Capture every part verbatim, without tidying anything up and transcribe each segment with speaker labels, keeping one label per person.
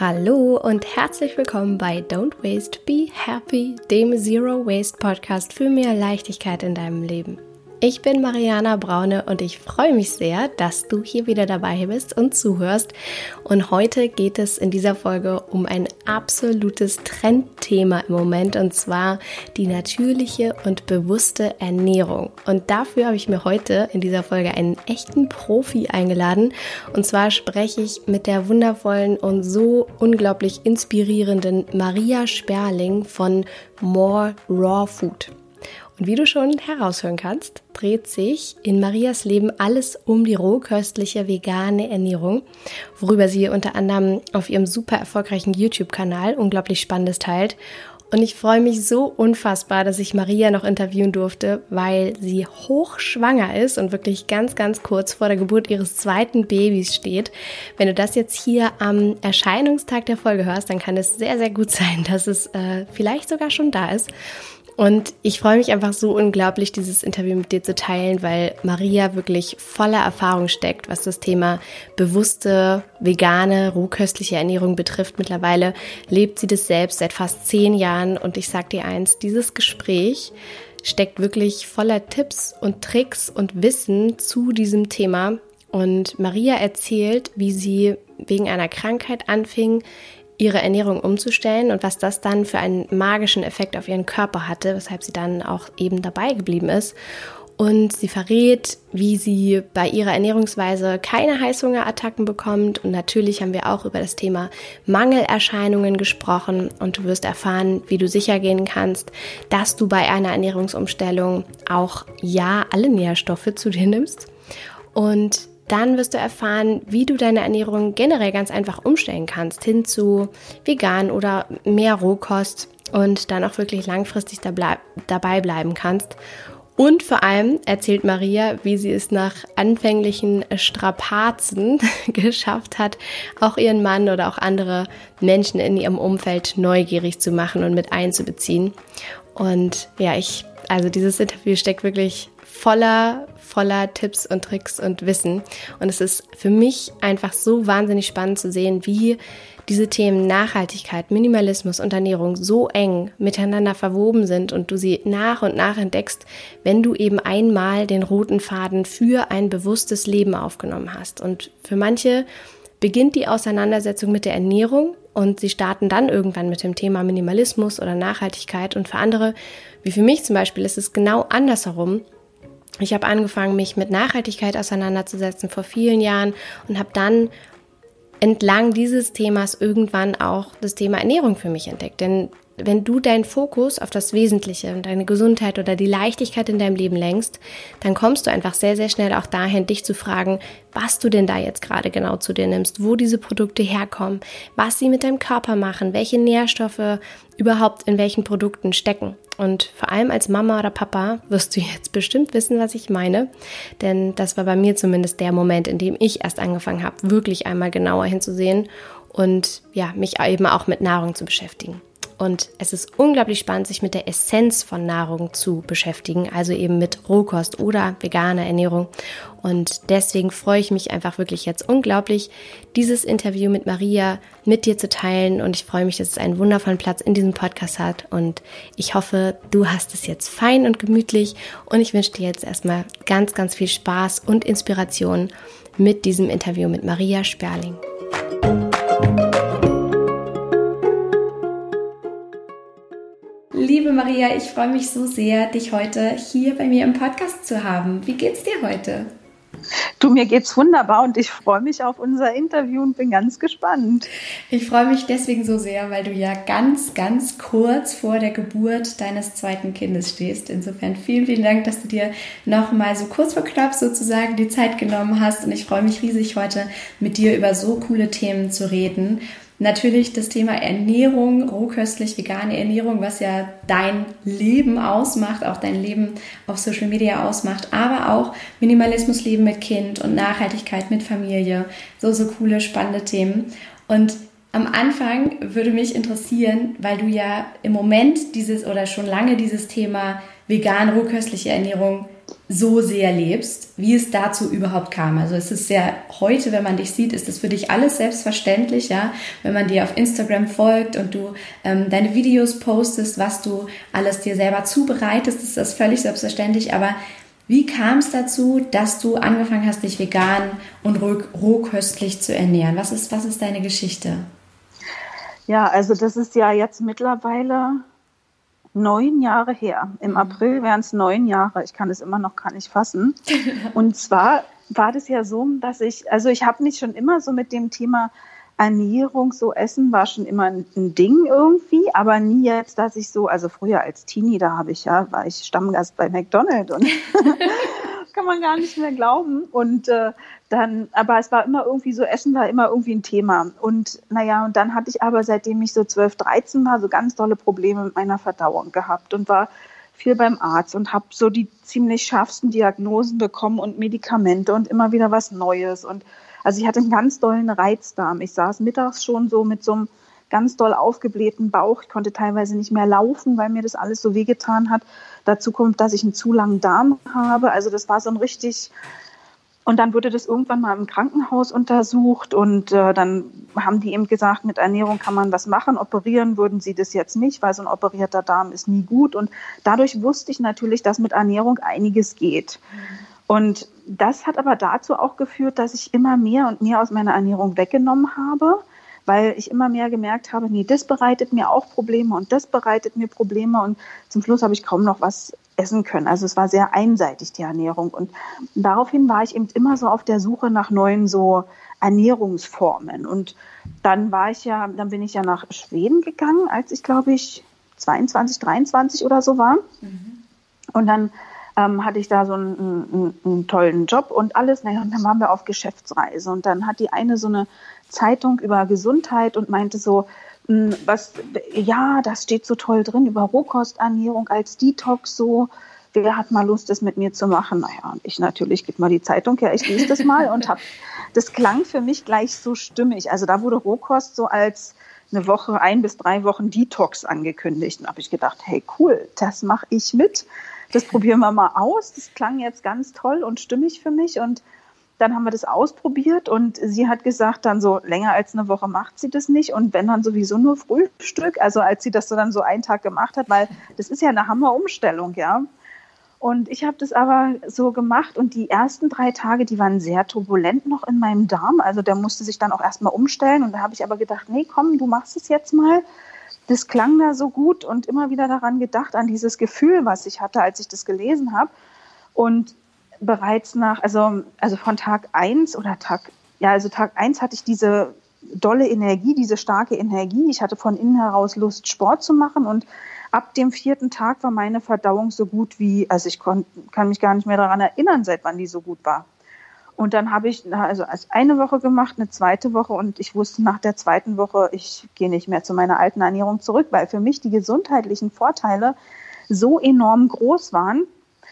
Speaker 1: Hallo und herzlich willkommen bei Don't Waste, Be Happy, dem Zero Waste Podcast für mehr Leichtigkeit in deinem Leben. Ich bin Mariana Braune und ich freue mich sehr, dass du hier wieder dabei bist und zuhörst. Und heute geht es in dieser Folge um ein absolutes Trendthema im Moment, und zwar die natürliche und bewusste Ernährung. Und dafür habe ich mir heute in dieser Folge einen echten Profi eingeladen. Und zwar spreche ich mit der wundervollen und so unglaublich inspirierenden Maria Sperling von More Raw Food. Und wie du schon heraushören kannst, dreht sich in Marias Leben alles um die rohköstliche vegane Ernährung, worüber sie unter anderem auf ihrem super erfolgreichen YouTube-Kanal unglaublich Spannendes teilt. Und ich freue mich so unfassbar, dass ich Maria noch interviewen durfte, weil sie hochschwanger ist und wirklich ganz, ganz kurz vor der Geburt ihres zweiten Babys steht. Wenn du das jetzt hier am Erscheinungstag der Folge hörst, dann kann es sehr, sehr gut sein, dass es äh, vielleicht sogar schon da ist. Und ich freue mich einfach so unglaublich, dieses Interview mit dir zu teilen, weil Maria wirklich voller Erfahrung steckt, was das Thema bewusste, vegane, rohköstliche Ernährung betrifft. Mittlerweile lebt sie das selbst seit fast zehn Jahren und ich sag dir eins, dieses Gespräch steckt wirklich voller Tipps und Tricks und Wissen zu diesem Thema. Und Maria erzählt, wie sie wegen einer Krankheit anfing, ihre Ernährung umzustellen und was das dann für einen magischen Effekt auf ihren Körper hatte, weshalb sie dann auch eben dabei geblieben ist. Und sie verrät, wie sie bei ihrer Ernährungsweise keine Heißhungerattacken bekommt. Und natürlich haben wir auch über das Thema Mangelerscheinungen gesprochen. Und du wirst erfahren, wie du sicher gehen kannst, dass du bei einer Ernährungsumstellung auch ja alle Nährstoffe zu dir nimmst. Und dann wirst du erfahren, wie du deine Ernährung generell ganz einfach umstellen kannst, hin zu vegan oder mehr Rohkost und dann auch wirklich langfristig dabei bleiben kannst. Und vor allem erzählt Maria, wie sie es nach anfänglichen Strapazen geschafft hat, auch ihren Mann oder auch andere Menschen in ihrem Umfeld neugierig zu machen und mit einzubeziehen. Und ja, ich, also dieses Interview steckt wirklich voller, voller Tipps und Tricks und Wissen. Und es ist für mich einfach so wahnsinnig spannend zu sehen, wie diese Themen Nachhaltigkeit, Minimalismus und Ernährung so eng miteinander verwoben sind und du sie nach und nach entdeckst, wenn du eben einmal den roten Faden für ein bewusstes Leben aufgenommen hast. Und für manche beginnt die Auseinandersetzung mit der Ernährung und sie starten dann irgendwann mit dem Thema Minimalismus oder Nachhaltigkeit. Und für andere, wie für mich zum Beispiel, ist es genau andersherum. Ich habe angefangen, mich mit Nachhaltigkeit auseinanderzusetzen vor vielen Jahren und habe dann entlang dieses Themas irgendwann auch das Thema Ernährung für mich entdeckt. Denn wenn du deinen Fokus auf das Wesentliche und deine Gesundheit oder die Leichtigkeit in deinem Leben lenkst, dann kommst du einfach sehr, sehr schnell auch dahin, dich zu fragen, was du denn da jetzt gerade genau zu dir nimmst, wo diese Produkte herkommen, was sie mit deinem Körper machen, welche Nährstoffe überhaupt in welchen Produkten stecken. Und vor allem als Mama oder Papa wirst du jetzt bestimmt wissen, was ich meine, denn das war bei mir zumindest der Moment, in dem ich erst angefangen habe, wirklich einmal genauer hinzusehen und ja, mich eben auch mit Nahrung zu beschäftigen. Und es ist unglaublich spannend, sich mit der Essenz von Nahrung zu beschäftigen, also eben mit Rohkost oder veganer Ernährung. Und deswegen freue ich mich einfach wirklich jetzt unglaublich, dieses Interview mit Maria mit dir zu teilen. Und ich freue mich, dass es einen wundervollen Platz in diesem Podcast hat. Und ich hoffe, du hast es jetzt fein und gemütlich. Und ich wünsche dir jetzt erstmal ganz, ganz viel Spaß und Inspiration mit diesem Interview mit Maria Sperling. Liebe Maria, ich freue mich so sehr, dich heute hier bei mir im Podcast zu haben. Wie geht's dir heute?
Speaker 2: Du, mir geht's wunderbar und ich freue mich auf unser Interview und bin ganz gespannt.
Speaker 1: Ich freue mich deswegen so sehr, weil du ja ganz, ganz kurz vor der Geburt deines zweiten Kindes stehst. Insofern vielen, vielen Dank, dass du dir noch mal so kurz vor knapp sozusagen die Zeit genommen hast. Und ich freue mich riesig, heute mit dir über so coole Themen zu reden. Natürlich das Thema Ernährung, rohköstlich vegane Ernährung, was ja dein Leben ausmacht, auch dein Leben auf Social Media ausmacht, aber auch Minimalismus, Leben mit Kind und Nachhaltigkeit mit Familie. So, so coole, spannende Themen. Und am Anfang würde mich interessieren, weil du ja im Moment dieses oder schon lange dieses Thema vegan, rohköstliche Ernährung so sehr lebst, wie es dazu überhaupt kam. Also es ist ja heute, wenn man dich sieht, ist das für dich alles selbstverständlich, ja. Wenn man dir auf Instagram folgt und du ähm, deine Videos postest, was du alles dir selber zubereitest, ist das völlig selbstverständlich. Aber wie kam es dazu, dass du angefangen hast, dich vegan und roh, rohköstlich zu ernähren? Was ist, was ist deine Geschichte?
Speaker 2: Ja, also das ist ja jetzt mittlerweile neun Jahre her. Im April wären es neun Jahre. Ich kann es immer noch gar nicht fassen. Und zwar war das ja so, dass ich, also ich habe mich schon immer so mit dem Thema Ernährung, so Essen war schon immer ein, ein Ding irgendwie, aber nie jetzt, dass ich so, also früher als Teenie, da habe ich ja, war ich Stammgast bei McDonald's und kann man gar nicht mehr glauben. Und äh, dann, aber es war immer irgendwie so, Essen war immer irgendwie ein Thema. Und naja, und dann hatte ich aber, seitdem ich so zwölf, dreizehn war, so ganz dolle Probleme mit meiner Verdauung gehabt und war viel beim Arzt und habe so die ziemlich scharfsten Diagnosen bekommen und Medikamente und immer wieder was Neues. Und also ich hatte einen ganz dollen Reizdarm. Ich saß mittags schon so mit so einem ganz doll aufgeblähten Bauch. Ich konnte teilweise nicht mehr laufen, weil mir das alles so wehgetan hat. Dazu kommt, dass ich einen zu langen Darm habe. Also das war so ein richtig... Und dann wurde das irgendwann mal im Krankenhaus untersucht und äh, dann haben die eben gesagt, mit Ernährung kann man was machen. Operieren würden sie das jetzt nicht, weil so ein operierter Darm ist nie gut. Und dadurch wusste ich natürlich, dass mit Ernährung einiges geht. Mhm. Und das hat aber dazu auch geführt, dass ich immer mehr und mehr aus meiner Ernährung weggenommen habe, weil ich immer mehr gemerkt habe, nee, das bereitet mir auch Probleme und das bereitet mir Probleme. Und zum Schluss habe ich kaum noch was essen können. Also es war sehr einseitig, die Ernährung. Und daraufhin war ich eben immer so auf der Suche nach neuen so Ernährungsformen. Und dann war ich ja, dann bin ich ja nach Schweden gegangen, als ich, glaube ich, zweiundzwanzig, dreiundzwanzig oder so war. Mhm. Und dann ähm, hatte ich da so einen, einen, einen tollen Job und alles. Naja, und dann waren wir auf Geschäftsreise. Und dann hat die eine so eine Zeitung über Gesundheit und meinte so, was, ja, das steht so toll drin über Rohkosternährung als Detox so. Wer hat mal Lust, das mit mir zu machen? Naja, ich natürlich, gib mal die Zeitung her, ich lese das mal und hab, das klang für mich gleich so stimmig. Also da wurde Rohkost so als eine Woche, ein bis drei Wochen Detox angekündigt. Und da habe ich gedacht, hey cool, das mache ich mit. Das probieren wir mal aus. Das klang jetzt ganz toll und stimmig für mich und dann haben wir das ausprobiert und sie hat gesagt, dann so länger als eine Woche macht sie das nicht und wenn dann sowieso nur Frühstück, also als sie das so dann so einen Tag gemacht hat, weil das ist ja eine Hammerumstellung, ja. Und ich habe das aber so gemacht und die ersten drei Tage, die waren sehr turbulent noch in meinem Darm, also der musste sich dann auch erstmal umstellen und da habe ich aber gedacht, nee, komm, du machst es jetzt mal. Das klang da so gut und immer wieder daran gedacht, an dieses Gefühl, was ich hatte, als ich das gelesen habe und bereits nach, also, also von Tag eins oder Tag, ja, also Tag eins hatte ich diese dolle Energie, diese starke Energie. Ich hatte von innen heraus Lust, Sport zu machen und ab dem vierten Tag war meine Verdauung so gut wie, also ich kon, kann mich gar nicht mehr daran erinnern, seit wann die so gut war. Und dann habe ich also eine Woche gemacht, eine zweite Woche und ich wusste nach der zweiten Woche, ich gehe nicht mehr zu meiner alten Ernährung zurück, weil für mich die gesundheitlichen Vorteile so enorm groß waren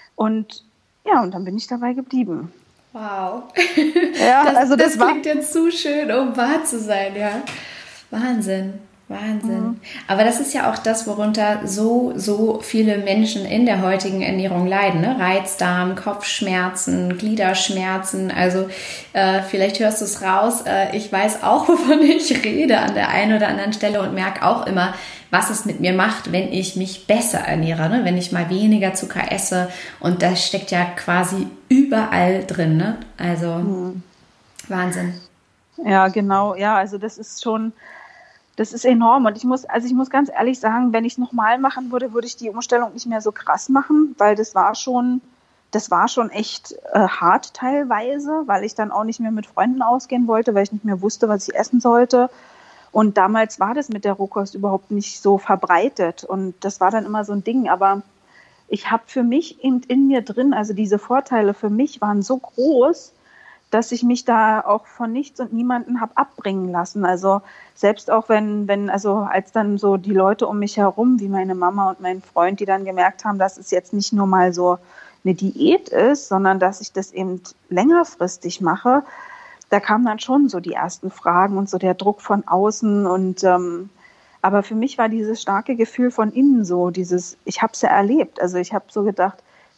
Speaker 2: und ja, und dann bin ich dabei geblieben.
Speaker 1: Wow.
Speaker 2: Ja,
Speaker 1: das,
Speaker 2: also das,
Speaker 1: das
Speaker 2: war
Speaker 1: klingt jetzt zu schön, um wahr zu sein, ja. Wahnsinn, Wahnsinn. Mhm. Aber das ist ja auch das, worunter so, so viele Menschen in der heutigen Ernährung leiden, ne? Reizdarm, Kopfschmerzen, Gliederschmerzen. Also äh, vielleicht hörst du es raus. Äh, ich weiß auch, wovon ich rede an der einen oder anderen Stelle und merke auch immer, was es mit mir macht, wenn ich mich besser ernähre, ne? Wenn ich mal weniger Zucker esse. Und das steckt ja quasi überall drin. Ne? Also mhm. Wahnsinn.
Speaker 2: Ja, genau. Ja, also das ist schon, das ist enorm. Und ich muss, also ich muss ganz ehrlich sagen, wenn ich es nochmal machen würde, würde ich die Umstellung nicht mehr so krass machen, weil das war schon, das war schon echt äh, hart teilweise, weil ich dann auch nicht mehr mit Freunden ausgehen wollte, weil ich nicht mehr wusste, was ich essen sollte. Und damals war das mit der Rohkost überhaupt nicht so verbreitet. Und das war dann immer so ein Ding. Aber ich habe für mich in, in mir drin, also diese Vorteile für mich waren so groß, dass ich mich da auch von nichts und niemanden habe abbringen lassen. Also selbst auch wenn, wenn, also als dann so die Leute um mich herum, wie meine Mama und mein Freund, die dann gemerkt haben, dass es jetzt nicht nur mal so eine Diät ist, sondern dass ich das eben längerfristig mache, da kamen dann schon so die ersten Fragen und so der Druck von außen. Und ähm, aber für mich war dieses starke Gefühl von innen so, dieses, ich habe es ja erlebt. Also ich habe so gedacht,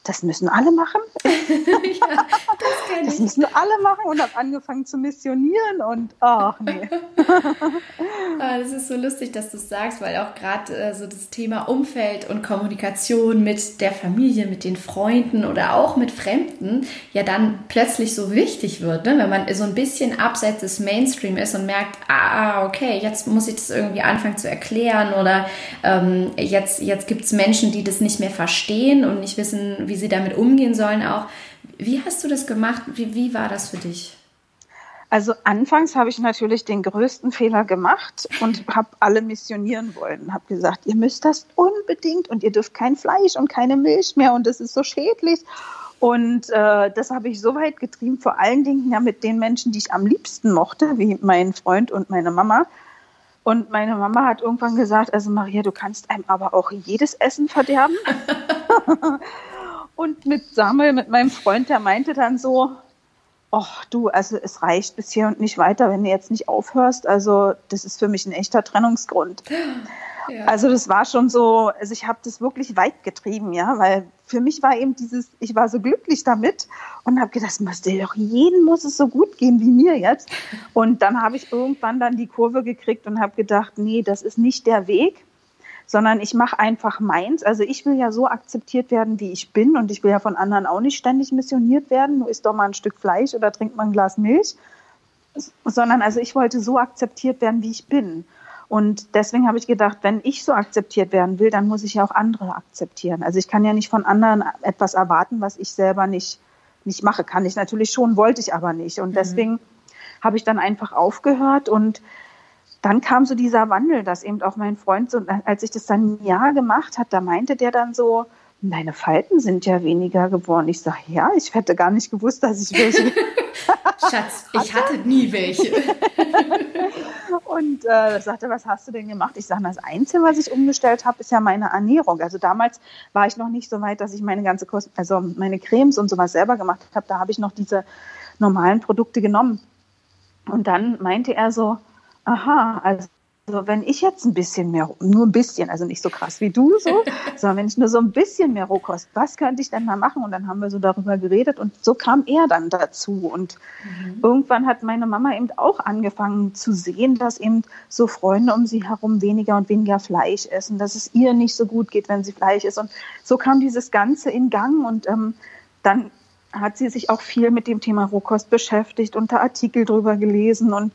Speaker 2: das müssen alle machen.
Speaker 1: Ja, das kenn ich.
Speaker 2: Das müssen alle machen und habe angefangen zu missionieren und ach nee.
Speaker 1: Ah, das ist so lustig, dass du es sagst, weil auch gerade äh, so das Thema Umfeld und Kommunikation mit der Familie, mit den Freunden oder auch mit Fremden ja dann plötzlich so wichtig wird, ne? Wenn man so ein bisschen abseits des Mainstream ist und merkt, ah, okay, jetzt muss ich das irgendwie anfangen zu erklären oder ähm, jetzt, jetzt gibt es Menschen, die das nicht mehr verstehen und nicht wissen, wie sie damit umgehen sollen auch. Wie hast du das gemacht? Wie, wie war das für dich?
Speaker 2: Also anfangs habe ich natürlich den größten Fehler gemacht und habe alle missionieren wollen. Habe gesagt, ihr müsst das unbedingt und ihr dürft kein Fleisch und keine Milch mehr und das ist so schädlich. Und äh, das habe ich so weit getrieben, vor allen Dingen ja mit den Menschen, die ich am liebsten mochte, wie mein Freund und meine Mama. Und meine Mama hat irgendwann gesagt, also Maria, du kannst einem aber auch jedes Essen verderben. Und mit Samuel, mit meinem Freund, der meinte dann so, ach du, also es reicht bis hier und nicht weiter, wenn du jetzt nicht aufhörst. Also das ist für mich ein echter Trennungsgrund. Ja. Also das war schon so, also ich habe das wirklich weit getrieben, ja, weil für mich war eben dieses, ich war so glücklich damit und habe gedacht, muss dir doch jedem muss es so gut gehen wie mir jetzt. Und dann habe ich irgendwann dann die Kurve gekriegt und habe gedacht, nee, das ist nicht der Weg, sondern ich mache einfach meins. Also ich will ja so akzeptiert werden, wie ich bin und ich will ja von anderen auch nicht ständig missioniert werden. Du isst doch mal ein Stück Fleisch oder trink mal ein Glas Milch, sondern also ich wollte so akzeptiert werden, wie ich bin. Und deswegen habe ich gedacht, wenn ich so akzeptiert werden will, dann muss ich ja auch andere akzeptieren. Also ich kann ja nicht von anderen etwas erwarten, was ich selber nicht, nicht mache. Kann ich natürlich schon, wollte ich aber nicht. Und deswegen mhm. habe ich dann einfach aufgehört und dann kam so dieser Wandel, dass eben auch mein Freund, so, als ich das dann ein Jahr gemacht hat, da meinte der dann so, deine Falten sind ja weniger geworden. Ich sage, ja, ich hätte gar nicht gewusst, dass ich welche
Speaker 1: Schatz, ich hatte nie welche.
Speaker 2: Und äh, sagte, was hast du denn gemacht? Ich sage, das Einzige, was ich umgestellt habe, ist ja meine Ernährung. Also damals war ich noch nicht so weit, dass ich meine ganze Kost, also meine Cremes und sowas selber gemacht habe. Da habe ich noch diese normalen Produkte genommen. Und dann meinte er so, aha, also wenn ich jetzt ein bisschen mehr, nur ein bisschen, also nicht so krass wie du so, sondern wenn ich nur so ein bisschen mehr Rohkost, was könnte ich denn mal machen? Und dann haben wir so darüber geredet und so kam er dann dazu. Und mhm. irgendwann hat meine Mama eben auch angefangen zu sehen, dass eben so Freunde um sie herum weniger und weniger Fleisch essen, dass es ihr nicht so gut geht, wenn sie Fleisch isst. Und so kam dieses Ganze in Gang und ähm, dann hat sie sich auch viel mit dem Thema Rohkost beschäftigt und da Artikel drüber gelesen und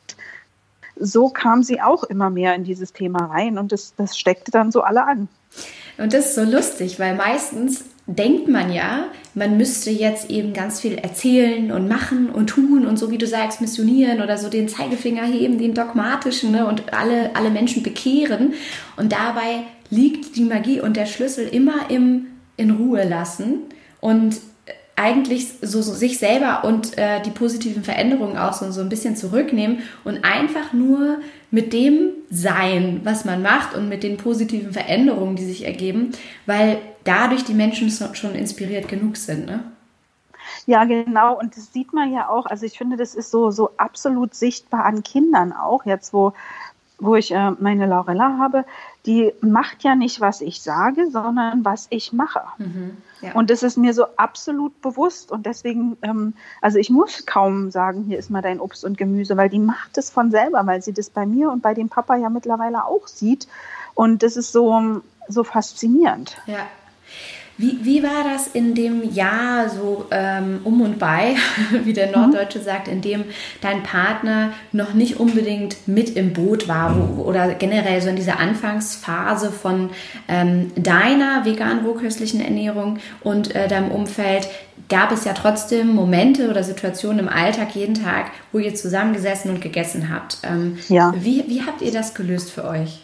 Speaker 2: so kam sie auch immer mehr in dieses Thema rein und das, das steckte dann so alle an.
Speaker 1: Und das ist so lustig, weil meistens denkt man ja, man müsste jetzt eben ganz viel erzählen und machen und tun und so wie du sagst, missionieren oder so den Zeigefinger heben, den dogmatischen, ne, und alle, alle Menschen bekehren. Und dabei liegt die Magie und der Schlüssel immer im in Ruhe lassen und eigentlich so, so sich selber und äh, die positiven Veränderungen auch so, so ein bisschen zurücknehmen und einfach nur mit dem sein, was man macht und mit den positiven Veränderungen, die sich ergeben, weil dadurch die Menschen so, schon inspiriert genug sind, ne?
Speaker 2: Ja, genau. Und das sieht man ja auch. Also ich finde, das ist so, so absolut sichtbar an Kindern auch. Jetzt, wo, wo ich äh, meine Laurella habe, die macht ja nicht, was ich sage, sondern was ich mache. Mhm. Ja. Und das ist mir so absolut bewusst und deswegen, ähm, also ich muss kaum sagen, hier ist mal dein Obst und Gemüse, weil die macht es von selber, weil sie das bei mir und bei dem Papa ja mittlerweile auch sieht und das ist so, so faszinierend.
Speaker 1: Ja. Wie, wie war das in dem Jahr so ähm, um und bei, wie der Norddeutsche mhm. sagt, in dem dein Partner noch nicht unbedingt mit im Boot war wo, oder generell so in dieser Anfangsphase von ähm, deiner vegan-rohköstlichen Ernährung und äh, deinem Umfeld? Gab es ja trotzdem Momente oder Situationen im Alltag jeden Tag, wo ihr zusammengesessen und gegessen habt. Ähm,
Speaker 2: ja.
Speaker 1: wie, wie habt ihr das gelöst für euch?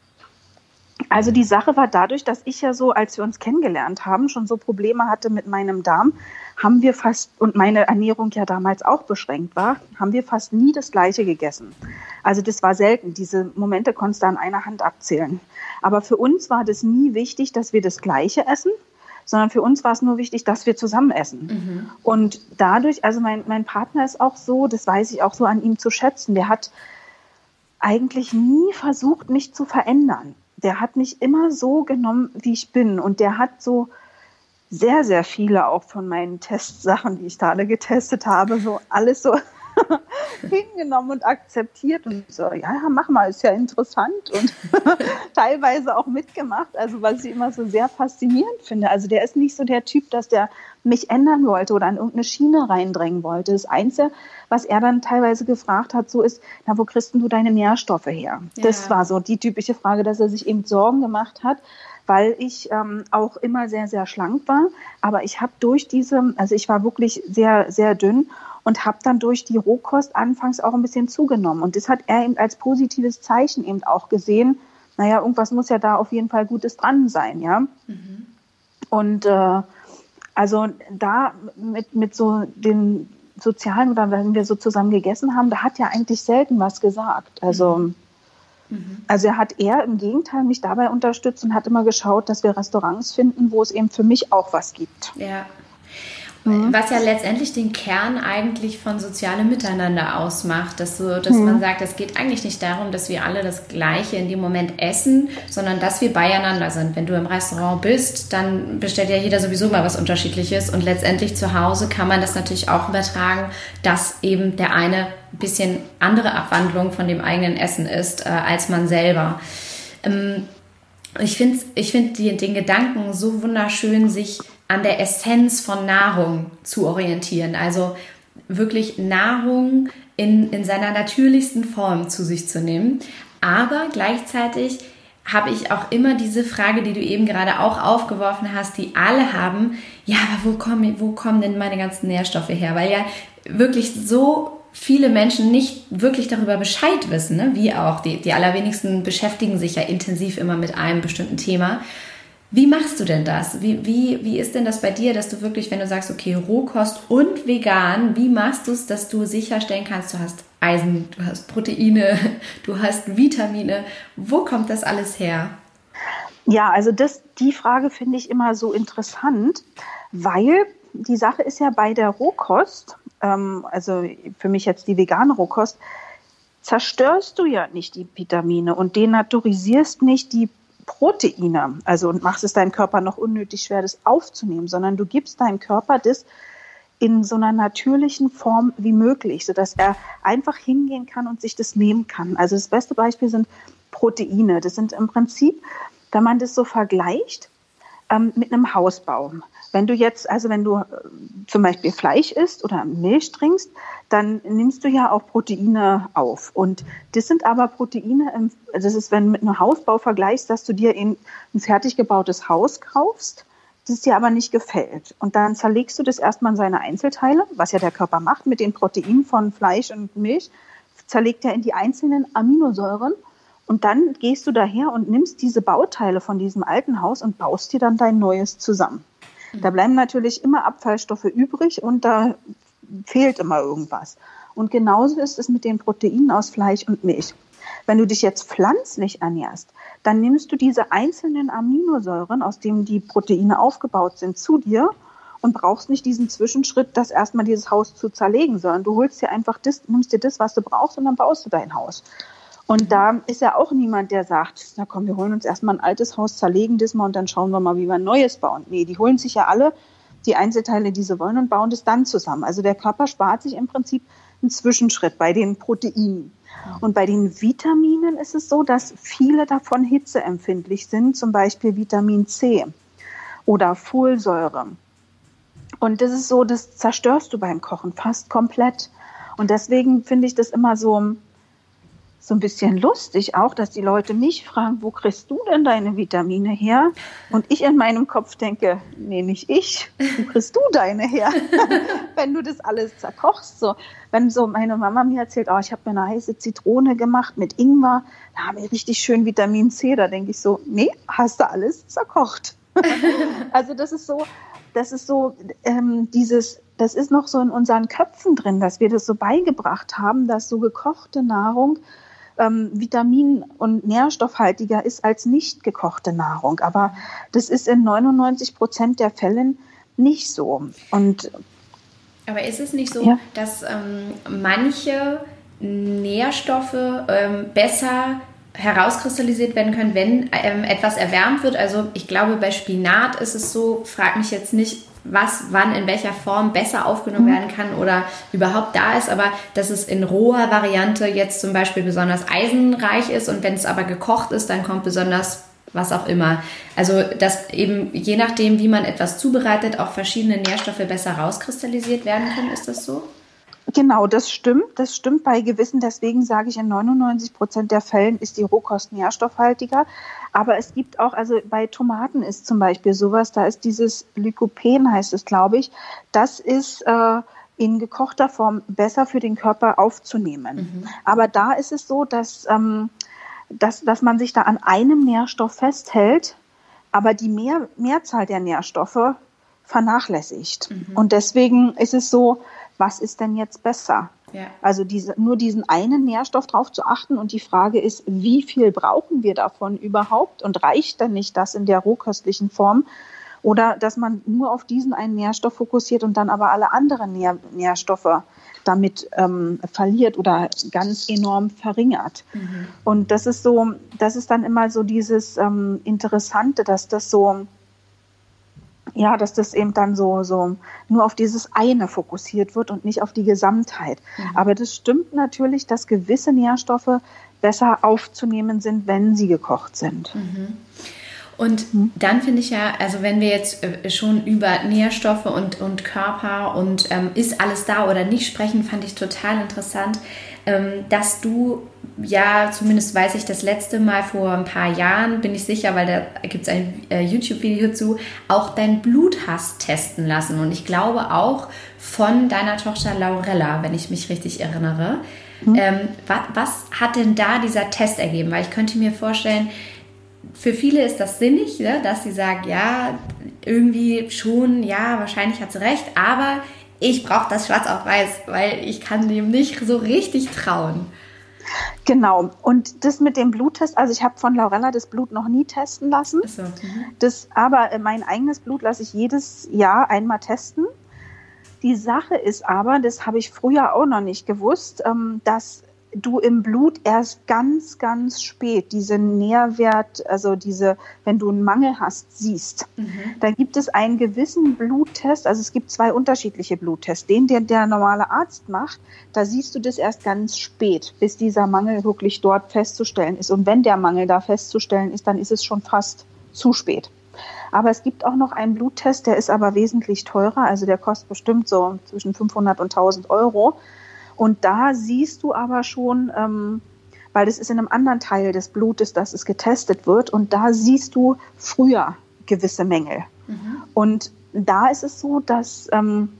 Speaker 2: Also die Sache war dadurch, dass ich ja so, als wir uns kennengelernt haben, schon so Probleme hatte mit meinem Darm, haben wir fast, und meine Ernährung ja damals auch beschränkt war, haben wir fast nie das Gleiche gegessen. Also das war selten. Diese Momente konntest du an einer Hand abzählen. Aber für uns war das nie wichtig, dass wir das Gleiche essen, sondern für uns war es nur wichtig, dass wir zusammen essen. Mhm. Und dadurch, also mein, mein Partner ist auch so, das weiß ich auch so an ihm zu schätzen, der hat eigentlich nie versucht, mich zu verändern. Der hat mich immer so genommen, wie ich bin. Und der hat so, sehr, sehr viele auch von meinen Testsachen, die ich da alle getestet habe, so alles so hingenommen und akzeptiert und so, ja, mach mal, ist ja interessant und teilweise auch mitgemacht, also was ich immer so sehr faszinierend finde. Also der ist nicht so der Typ, dass der mich ändern wollte oder an irgendeine Schiene reindrängen wollte. Das Einzige, was er dann teilweise gefragt hat, so ist, na, wo kriegst denn du deine Nährstoffe her? Ja. Das war so die typische Frage, dass er sich eben Sorgen gemacht hat, weil ich ähm, auch immer sehr, sehr schlank war. Aber ich habe durch diese, also ich war wirklich sehr, sehr dünn und habe dann durch die Rohkost anfangs auch ein bisschen zugenommen. Und das hat er eben als positives Zeichen eben auch gesehen. Naja, irgendwas muss ja da auf jeden Fall Gutes dran sein, ja. Mhm. Und äh, also da mit, mit so den Sozialen oder wenn wir so zusammen gegessen haben, da hat er eigentlich selten was gesagt. Also mhm. Also er hat eher im Gegenteil mich dabei unterstützt und hat immer geschaut, dass wir Restaurants finden, wo es eben für mich auch was gibt.
Speaker 1: Ja. Mhm. Was ja letztendlich den Kern eigentlich von sozialem Miteinander ausmacht, dass, so, dass mhm. man sagt, es geht eigentlich nicht darum, dass wir alle das Gleiche in dem Moment essen, sondern dass wir beieinander sind. Wenn du im Restaurant bist, dann bestellt ja jeder sowieso mal was Unterschiedliches und letztendlich zu Hause kann man das natürlich auch übertragen, dass eben der eine ein bisschen andere Abwandlung von dem eigenen Essen ist, äh, als man selber. Ähm, ich finde ich find die, den Gedanken so wunderschön, sich an der Essenz von Nahrung zu orientieren. Also wirklich Nahrung in, in seiner natürlichsten Form zu sich zu nehmen. Aber gleichzeitig habe ich auch immer diese Frage, die du eben gerade auch aufgeworfen hast, die alle haben, ja, aber wo kommen, wo kommen denn meine ganzen Nährstoffe her? Weil ja wirklich so viele Menschen nicht wirklich darüber Bescheid wissen, ne? Wie auch. Die, die allerwenigsten beschäftigen sich ja intensiv immer mit einem bestimmten Thema. Wie machst du denn das? Wie, wie, wie ist denn das bei dir, dass du wirklich, wenn du sagst, okay, Rohkost und vegan, wie machst du es, dass du sicherstellen kannst, du hast Eisen, du hast Proteine, du hast Vitamine. Wo kommt das alles her?
Speaker 2: Ja, also das, die Frage finde ich immer so interessant, weil die Sache ist ja bei der Rohkost, ähm, also für mich jetzt die vegane Rohkost, zerstörst du ja nicht die Vitamine und denaturisierst nicht die Proteine, also und machst es deinem Körper noch unnötig schwer, das aufzunehmen, sondern du gibst deinem Körper das in so einer natürlichen Form wie möglich, sodass er einfach hingehen kann und sich das nehmen kann. Also das beste Beispiel sind Proteine. Das sind im Prinzip, wenn man das so vergleicht, ähm, mit einem Hausbau. Wenn du jetzt, also wenn du äh, zum Beispiel Fleisch isst oder Milch trinkst, dann nimmst du ja auch Proteine auf. Und das sind aber Proteine, im, das ist, wenn du mit einem Hausbau vergleichst, dass du dir in ein fertig gebautes Haus kaufst, das dir aber nicht gefällt. Und dann zerlegst du das erstmal in seine Einzelteile, was ja der Körper macht mit den Proteinen von Fleisch und Milch, zerlegt er in die einzelnen Aminosäuren. Und dann gehst du daher und nimmst diese Bauteile von diesem alten Haus und baust dir dann dein neues zusammen. Mhm. Da bleiben natürlich immer Abfallstoffe übrig und da fehlt immer irgendwas. Und genauso ist es mit den Proteinen aus Fleisch und Milch. Wenn du dich jetzt pflanzlich ernährst, dann nimmst du diese einzelnen Aminosäuren, aus denen die Proteine aufgebaut sind, zu dir und brauchst nicht diesen Zwischenschritt, das erstmal dieses Haus zu zerlegen, sondern du holst dir einfach das, nimmst dir das, was du brauchst und dann baust du dein Haus. Und da ist ja auch niemand, der sagt, na komm, wir holen uns erstmal ein altes Haus, zerlegen das mal und dann schauen wir mal, wie wir ein neues bauen. Nee, die holen sich ja alle die Einzelteile, die sie wollen und bauen das dann zusammen. Also der Körper spart sich im Prinzip einen Zwischenschritt bei den Proteinen. Und bei den Vitaminen ist es so, dass viele davon hitzeempfindlich sind, zum Beispiel Vitamin C oder Folsäure. Und das ist so, das zerstörst du beim Kochen fast komplett. Und deswegen finde ich das immer so, so ein bisschen lustig auch, dass die Leute mich fragen, wo kriegst du denn deine Vitamine her? Und ich in meinem Kopf denke, nee, nicht ich, wo kriegst du deine her? Wenn du das alles zerkochst. So. Wenn so meine Mama mir erzählt, oh, ich habe mir eine heiße Zitrone gemacht mit Ingwer, da habe ich richtig schön Vitamin C, da denke ich so, nee, hast du alles zerkocht. Also das ist so, das ist so ähm, dieses, das ist noch so in unseren Köpfen drin, dass wir das so beigebracht haben, dass so gekochte Nahrung ähm, vitamin- und nährstoffhaltiger ist als nicht gekochte Nahrung. Aber das ist in neunundneunzig Prozent der Fällen nicht so. Und
Speaker 1: aber ist es nicht so,
Speaker 2: ja.
Speaker 1: dass ähm, manche Nährstoffe ähm, besser herauskristallisiert werden können, wenn ähm, etwas erwärmt wird. Also ich glaube, bei Spinat ist es so, frag mich jetzt nicht, was, wann, in welcher Form besser aufgenommen mhm. werden kann oder überhaupt da ist, aber dass es in roher Variante jetzt zum Beispiel besonders eisenreich ist und wenn es aber gekocht ist, dann kommt besonders was auch immer. Also dass eben je nachdem, wie man etwas zubereitet, auch verschiedene Nährstoffe besser rauskristallisiert werden können. Ist das so?
Speaker 2: Genau, das stimmt. Das stimmt bei gewissen, deswegen sage ich, in neunundneunzig Prozent der Fällen ist die Rohkost nährstoffhaltiger. Aber es gibt auch, also bei Tomaten ist zum Beispiel sowas, da ist dieses Lycopene, heißt es, glaube ich, das ist äh, in gekochter Form besser für den Körper aufzunehmen. Mhm. Aber da ist es so, dass, ähm, dass, dass man sich da an einem Nährstoff festhält, aber die Mehr, Mehrzahl der Nährstoffe vernachlässigt. Mhm. Und deswegen ist es so, was ist denn jetzt besser? Ja. Also diese, nur diesen einen Nährstoff drauf zu achten und die Frage ist, wie viel brauchen wir davon überhaupt und reicht dann nicht das in der rohköstlichen Form oder dass man nur auf diesen einen Nährstoff fokussiert und dann aber alle anderen Nähr- Nährstoffe damit ähm, verliert oder ganz enorm verringert. Mhm. Und das ist so, das ist dann immer so dieses ähm, Interessante, dass das so Ja, dass das eben dann so, so nur auf dieses eine fokussiert wird und nicht auf die Gesamtheit. Mhm. Aber das stimmt natürlich, dass gewisse Nährstoffe besser aufzunehmen sind, wenn sie gekocht sind.
Speaker 1: Mhm. Und mhm. dann finde ich ja, also wenn wir jetzt schon über Nährstoffe und, und Körper und ähm, ist alles da oder nicht sprechen, fand ich total interessant, ähm, dass du ja, zumindest weiß ich, das letzte Mal vor ein paar Jahren, bin ich sicher, weil da gibt es ein äh, YouTube-Video zu, auch dein Blut hast testen lassen. Und ich glaube auch von deiner Tochter Laurella, wenn ich mich richtig erinnere. Mhm. Ähm, was, was hat denn da dieser Test ergeben? Weil ich könnte mir vorstellen, für viele ist das sinnig, ne, dass sie sagen, ja, irgendwie schon, ja, wahrscheinlich hat sie recht, aber ich brauche das schwarz auf weiß, weil ich kann dem nicht so richtig trauen.
Speaker 2: Genau. Und das mit dem Bluttest, also ich habe von Laurella das Blut noch nie testen lassen. So, das, aber mein eigenes Blut lasse ich jedes Jahr einmal testen. Die Sache ist aber, das habe ich früher auch noch nicht gewusst, dass du im Blut erst ganz, ganz spät diese Nährwert, also diese, wenn du einen Mangel hast, siehst. Mhm. Da gibt es einen gewissen Bluttest, also es gibt zwei unterschiedliche Bluttests. Den, den der normale Arzt macht, da siehst du das erst ganz spät, bis dieser Mangel wirklich dort festzustellen ist. Und wenn der Mangel da festzustellen ist, dann ist es schon fast zu spät. Aber es gibt auch noch einen Bluttest, der ist aber wesentlich teurer, also der kostet bestimmt so zwischen fünfhundert und tausend Euro. Und da siehst du aber schon, ähm, weil das ist in einem anderen Teil des Blutes, dass es getestet wird, und da siehst du früher gewisse Mängel. Mhm. Und da ist es so, dass ähm,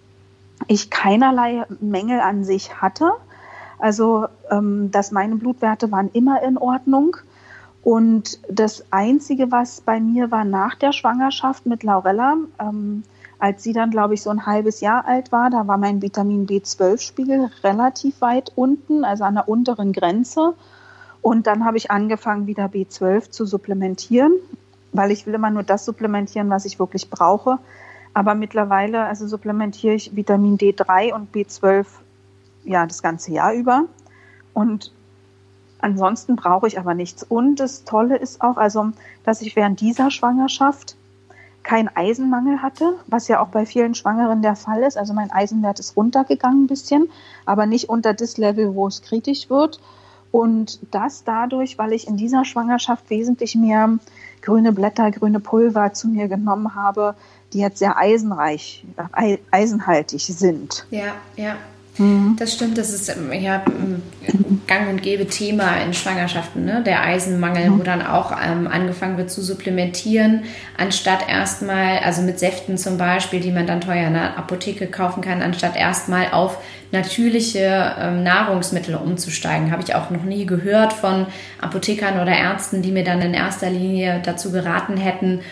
Speaker 2: ich keinerlei Mängel an sich hatte. Also, ähm, dass meine Blutwerte waren immer in Ordnung. Und das Einzige, was bei mir war nach der Schwangerschaft mit Laurella, ähm, als sie dann, glaube ich, so ein halbes Jahr alt war, da war mein Vitamin B zwölf Spiegel relativ weit unten, also an der unteren Grenze. Und dann habe ich angefangen, wieder B zwölf zu supplementieren, weil ich will immer nur das supplementieren, was ich wirklich brauche. Aber mittlerweile, also supplementiere ich Vitamin D drei und B zwölf ja das ganze Jahr über. Und ansonsten brauche ich aber nichts. Und das Tolle ist auch, also, dass ich während dieser Schwangerschaft keinen Eisenmangel hatte, was ja auch bei vielen Schwangeren der Fall ist. Also mein Eisenwert ist runtergegangen ein bisschen, aber nicht unter das Level, wo es kritisch wird. Und das dadurch, weil ich in dieser Schwangerschaft wesentlich mehr grüne Blätter, grüne Pulver zu mir genommen habe, die jetzt sehr eisenreich, eisenhaltig sind.
Speaker 1: Ja, ja. Das stimmt, das ist ja gang und gäbe Thema in Schwangerschaften, ne? Der Eisenmangel, mhm. wo dann auch ähm, angefangen wird zu supplementieren, anstatt erstmal, also mit Säften zum Beispiel, die man dann teuer in der Apotheke kaufen kann, anstatt erstmal auf natürliche ähm, Nahrungsmittel umzusteigen. Habe ich auch noch nie gehört von Apothekern oder Ärzten, die mir dann in erster Linie dazu geraten hätten,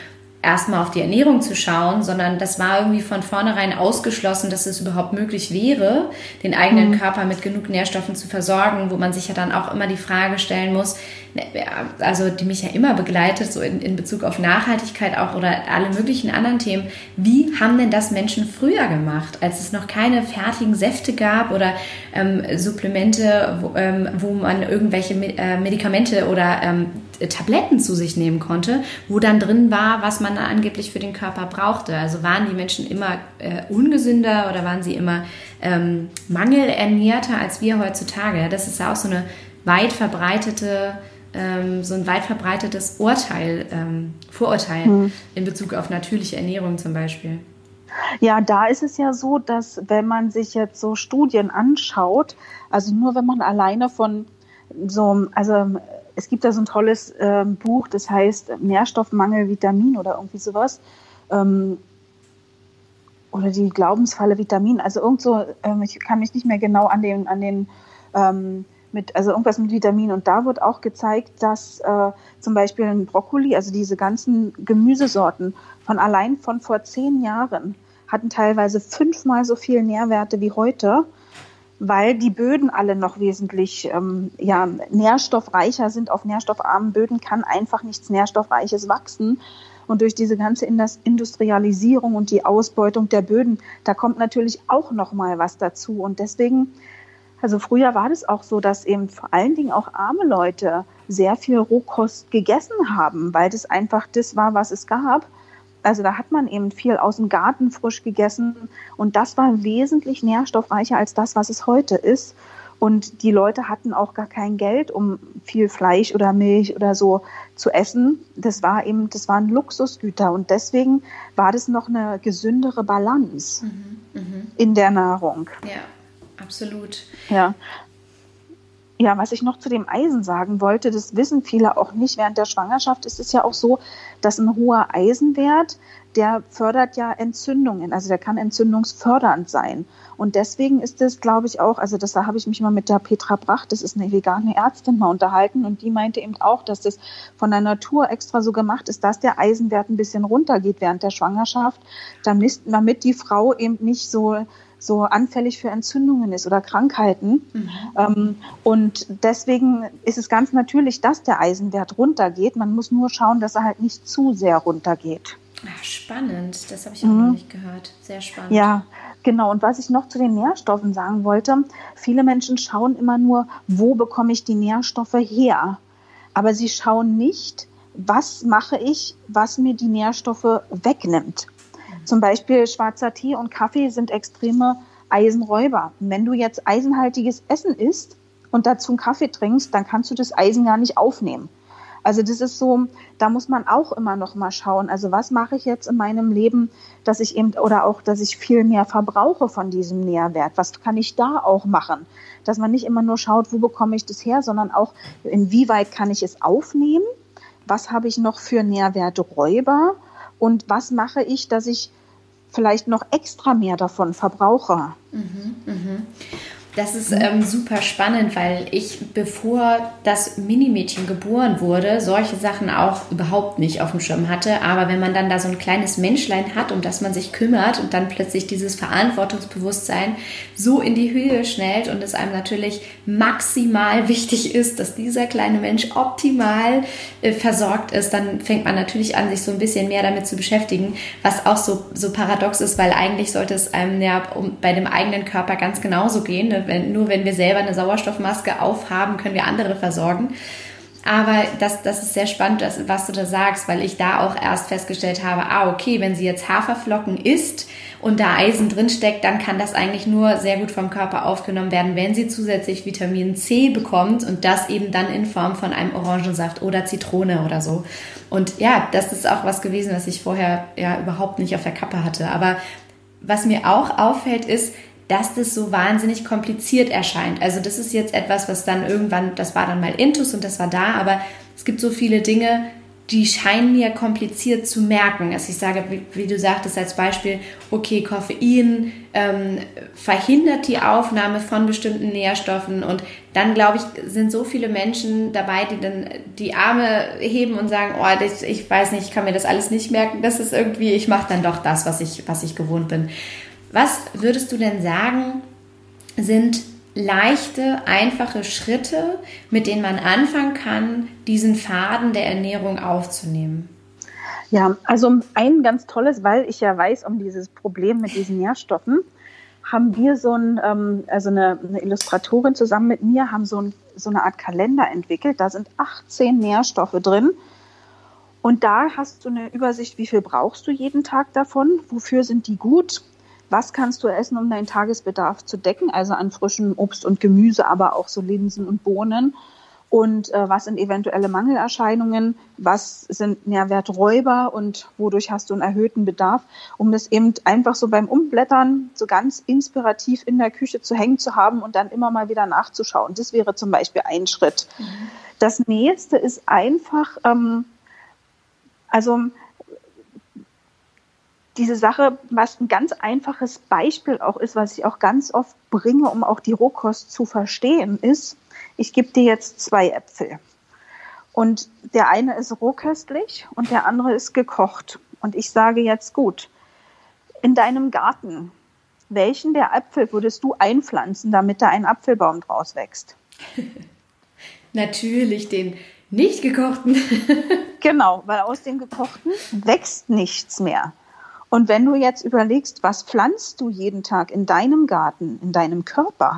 Speaker 3: erstmal auf die Ernährung zu schauen, sondern das war irgendwie von vornherein ausgeschlossen, dass es überhaupt möglich wäre, den eigenen mhm. Körper mit genug Nährstoffen zu versorgen, wo man sich ja dann auch immer die Frage stellen muss, also die mich ja immer begleitet, so in, in Bezug auf Nachhaltigkeit auch oder alle möglichen anderen Themen, wie haben denn das Menschen früher gemacht, als es noch keine fertigen Säfte gab oder ähm, Supplemente, wo, ähm, wo man irgendwelche äh, Medikamente oder ähm, Tabletten zu sich nehmen konnte, wo dann drin war, was man angeblich für den Körper brauchte. Also waren die Menschen immer äh, ungesünder oder waren sie immer ähm, mangelernährter als wir heutzutage? Das ist ja auch so eine weit verbreitete, ähm, so ein weit verbreitetes Urteil, ähm, Vorurteil hm. in Bezug auf natürliche Ernährung zum Beispiel.
Speaker 2: Ja, da ist es ja so, dass wenn man sich jetzt so Studien anschaut, also nur wenn man alleine von so, also es gibt da so ein tolles äh, Buch, das heißt Nährstoffmangel, Vitamin oder irgendwie sowas. Ähm, oder die Glaubensfalle Vitamin. Also irgend so, ähm, ich kann mich nicht mehr genau an den, an den ähm, mit, also irgendwas mit Vitamin. Und da wird auch gezeigt, dass äh, zum Beispiel ein Brokkoli, also diese ganzen Gemüsesorten von allein von vor zehn Jahren hatten teilweise fünfmal so viel Nährwerte wie heute, weil die Böden alle noch wesentlich ähm, ja, nährstoffreicher sind. Auf nährstoffarmen Böden kann einfach nichts Nährstoffreiches wachsen. Und durch diese ganze Industrialisierung und die Ausbeutung der Böden, da kommt natürlich auch noch mal was dazu. Und deswegen, also früher war das auch so, dass eben vor allen Dingen auch arme Leute sehr viel Rohkost gegessen haben, weil das einfach das war, was es gab. Also da hat man eben viel aus dem Garten frisch gegessen und das war wesentlich nährstoffreicher als das, was es heute ist. Und die Leute hatten auch gar kein Geld, um viel Fleisch oder Milch oder so zu essen. Das war eben, das waren Luxusgüter und deswegen war das noch eine gesündere Balance mhm, mh. in der Nahrung.
Speaker 3: Ja, absolut.
Speaker 2: Ja. Ja, was ich noch zu dem Eisen sagen wollte, das wissen viele auch nicht. Während der Schwangerschaft ist es ja auch so, dass ein hoher Eisenwert, der fördert ja Entzündungen, also der kann entzündungsfördernd sein. Und deswegen ist es, glaube ich, auch, also das, da habe ich mich mal mit der Petra Bracht, das ist eine vegane Ärztin, mal unterhalten und die meinte eben auch, dass das von der Natur extra so gemacht ist, dass der Eisenwert ein bisschen runtergeht während der Schwangerschaft, damit, damit die Frau eben nicht so so anfällig für Entzündungen ist oder Krankheiten. Mhm. Ähm, und deswegen ist es ganz natürlich, dass der Eisenwert runtergeht. Man muss nur schauen, dass er halt nicht zu sehr runtergeht.
Speaker 3: Ach, spannend, das habe ich auch mhm. noch nicht gehört. Sehr spannend.
Speaker 2: Ja, genau. Und was ich noch zu den Nährstoffen sagen wollte, viele Menschen schauen immer nur, wo bekomme ich die Nährstoffe her? Aber sie schauen nicht, was mache ich, was mir die Nährstoffe wegnimmt. Zum Beispiel schwarzer Tee und Kaffee sind extreme Eisenräuber. Und wenn du jetzt eisenhaltiges Essen isst und dazu einen Kaffee trinkst, dann kannst du das Eisen gar nicht aufnehmen. Also das ist so, da muss man auch immer noch mal schauen. Also was mache ich jetzt in meinem Leben, dass ich eben, oder auch, dass ich viel mehr verbrauche von diesem Nährwert? Was kann ich da auch machen? Dass man nicht immer nur schaut, wo bekomme ich das her, sondern auch, inwieweit kann ich es aufnehmen? Was habe ich noch für Nährwerträuber? Und was mache ich, dass ich vielleicht noch extra mehr davon verbrauche?
Speaker 3: Mhm, mh. Das ist ähm, super spannend, weil ich, bevor das Minimädchen geboren wurde, solche Sachen auch überhaupt nicht auf dem Schirm hatte. Aber wenn man dann da so ein kleines Menschlein hat, um das man sich kümmert und dann plötzlich dieses Verantwortungsbewusstsein so in die Höhe schnellt und es einem natürlich maximal wichtig ist, dass dieser kleine Mensch optimal äh, versorgt ist, dann fängt man natürlich an, sich so ein bisschen mehr damit zu beschäftigen, was auch so, so paradox ist, weil eigentlich sollte es einem ja um, bei dem eigenen Körper ganz genauso gehen, ne? Wenn, nur wenn wir selber eine Sauerstoffmaske aufhaben, können wir andere versorgen. Aber das, das ist sehr spannend, das, was du da sagst, weil ich da auch erst festgestellt habe, ah, okay, wenn sie jetzt Haferflocken isst und da Eisen drinsteckt, dann kann das eigentlich nur sehr gut vom Körper aufgenommen werden, wenn sie zusätzlich Vitamin C bekommt und das eben dann in Form von einem Orangensaft oder Zitrone oder so. Und ja, das ist auch was gewesen, was ich vorher ja überhaupt nicht auf der Kappe hatte. Aber was mir auch auffällt, ist, dass das so wahnsinnig kompliziert erscheint. Also das ist jetzt etwas, was dann irgendwann, das war dann mal Intus und das war da, aber es gibt so viele Dinge, die scheinen mir kompliziert zu merken. Also ich sage, wie, wie du sagtest als Beispiel, okay, Koffein ähm, verhindert die Aufnahme von bestimmten Nährstoffen und dann, glaube ich, sind so viele Menschen dabei, die dann die Arme heben und sagen, oh, das, ich weiß nicht, ich kann mir das alles nicht merken, das ist irgendwie, ich mache dann doch das, was ich, was ich gewohnt bin. Was würdest du denn sagen, sind leichte, einfache Schritte, mit denen man anfangen kann, diesen Faden der Ernährung aufzunehmen?
Speaker 2: Ja, also ein ganz tolles, weil ich ja weiß um dieses Problem mit diesen Nährstoffen, haben wir so ein, ähm, also eine, eine Illustratorin zusammen mit mir, haben so, ein, so eine Art Kalender entwickelt. Da sind achtzehn Nährstoffe drin. Und da hast du eine Übersicht, wie viel brauchst du jeden Tag davon, wofür sind die gut, was kannst du essen, um deinen Tagesbedarf zu decken, also an frischem Obst und Gemüse, aber auch so Linsen und Bohnen. Und äh, was sind eventuelle Mangelerscheinungen, was sind Nährwerträuber und wodurch hast du einen erhöhten Bedarf, um das eben einfach so beim Umblättern so ganz inspirativ in der Küche zu hängen zu haben und dann immer mal wieder nachzuschauen. Das wäre zum Beispiel ein Schritt. Mhm. Das nächste ist einfach, ähm, also diese Sache, was ein ganz einfaches Beispiel auch ist, was ich auch ganz oft bringe, um auch die Rohkost zu verstehen, ist, ich gebe dir jetzt zwei Äpfel. Und der eine ist rohköstlich und der andere ist gekocht. Und ich sage jetzt, gut, in deinem Garten, welchen der Äpfel würdest du einpflanzen, damit da ein Apfelbaum draus wächst?
Speaker 3: Natürlich den nicht gekochten.
Speaker 2: Genau, weil aus dem gekochten wächst nichts mehr. Und wenn du jetzt überlegst, was pflanzt du jeden Tag in deinem Garten, in deinem Körper,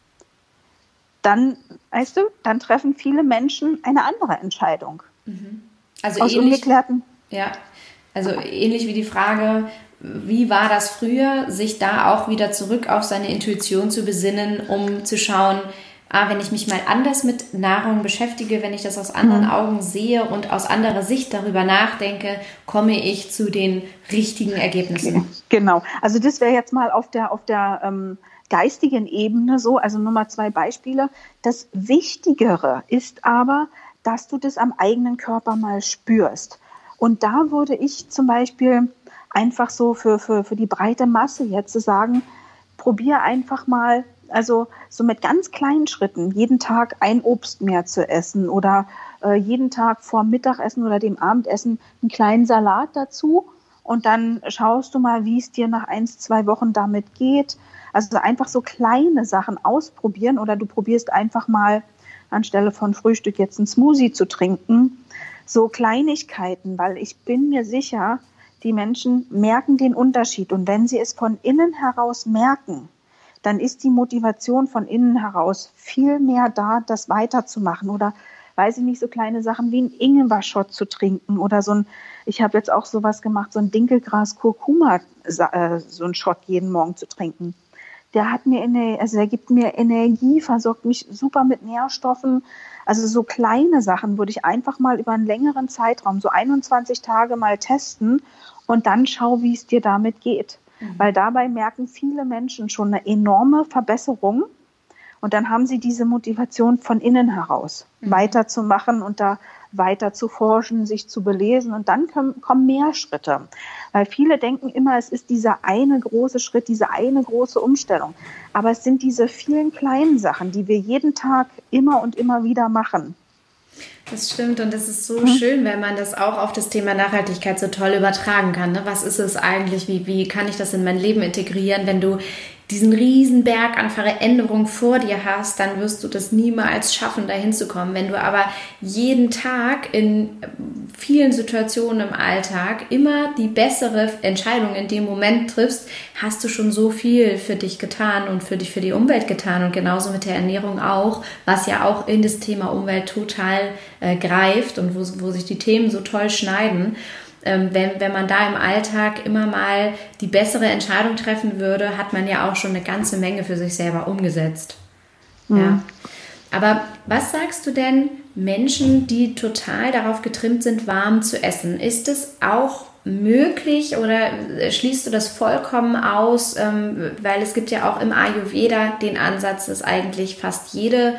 Speaker 2: dann, weißt du, dann treffen viele Menschen eine andere Entscheidung.
Speaker 3: Mhm. Also
Speaker 2: aus
Speaker 3: ähnlich,
Speaker 2: ungeklärten.
Speaker 3: Ja, also ähnlich wie die Frage, wie war das früher, sich da auch wieder zurück auf seine Intuition zu besinnen, um zu schauen, ah, wenn ich mich mal anders mit Nahrung beschäftige, wenn ich das aus anderen mhm. Augen sehe und aus anderer Sicht darüber nachdenke, komme ich zu den richtigen Ergebnissen.
Speaker 2: Genau, also das wäre jetzt mal auf der, auf der ähm, geistigen Ebene so, also nur mal zwei Beispiele. Das Wichtigere ist aber, dass du das am eigenen Körper mal spürst. Und da würde ich zum Beispiel einfach so für, für, für die breite Masse jetzt zu sagen, probier einfach mal, also so mit ganz kleinen Schritten, jeden Tag ein Obst mehr zu essen oder äh, jeden Tag vor Mittagessen oder dem Abendessen einen kleinen Salat dazu und dann schaust du mal, wie es dir nach eins, zwei Wochen damit geht. Also einfach so kleine Sachen ausprobieren oder du probierst einfach mal anstelle von Frühstück jetzt einen Smoothie zu trinken. So Kleinigkeiten, weil ich bin mir sicher, die Menschen merken den Unterschied und wenn sie es von innen heraus merken, dann ist die Motivation von innen heraus viel mehr da, das weiterzumachen oder, weiß ich nicht, so kleine Sachen wie einen Ingwer-Shot zu trinken oder so ein, ich habe jetzt auch sowas gemacht, so ein Dinkelgras-Kurkuma, äh, so ein Shot jeden Morgen zu trinken. Der hat mir, Ener- also der gibt mir Energie, versorgt mich super mit Nährstoffen. Also so kleine Sachen würde ich einfach mal über einen längeren Zeitraum, so einundzwanzig Tage mal testen und dann schau, wie es dir damit geht. Mhm. Weil dabei merken viele Menschen schon eine enorme Verbesserung und dann haben sie diese Motivation von innen heraus, mhm. weiterzumachen und da weiter zu forschen, sich zu belesen und dann kommen, kommen mehr Schritte. Weil viele denken immer, es ist dieser eine große Schritt, diese eine große Umstellung. Aber es sind diese vielen kleinen Sachen, die wir jeden Tag immer und immer wieder machen.
Speaker 3: Das stimmt und das ist so mhm. schön, wenn man das auch auf das Thema Nachhaltigkeit so toll übertragen kann. Ne? Was ist es eigentlich? Wie, wie kann ich das in mein Leben integrieren? Wenn du diesen riesen Berg an Veränderungen vor dir hast, dann wirst du das niemals schaffen, dahin zu kommen. Wenn du aber jeden Tag in vielen Situationen im Alltag immer die bessere Entscheidung in dem Moment triffst, hast du schon so viel für dich getan und für dich, für die Umwelt getan und genauso mit der Ernährung auch, was ja auch in das Thema Umwelt total äh, greift und wo, wo sich die Themen so toll schneiden. Wenn, wenn man da im Alltag immer mal die bessere Entscheidung treffen würde, hat man ja auch schon eine ganze Menge für sich selber umgesetzt. Mhm. Ja. Aber was sagst du denn Menschen, die total darauf getrimmt sind, warm zu essen? Ist es auch möglich oder schließt du das vollkommen aus? Weil es gibt ja auch im Ayurveda den Ansatz, dass eigentlich fast jede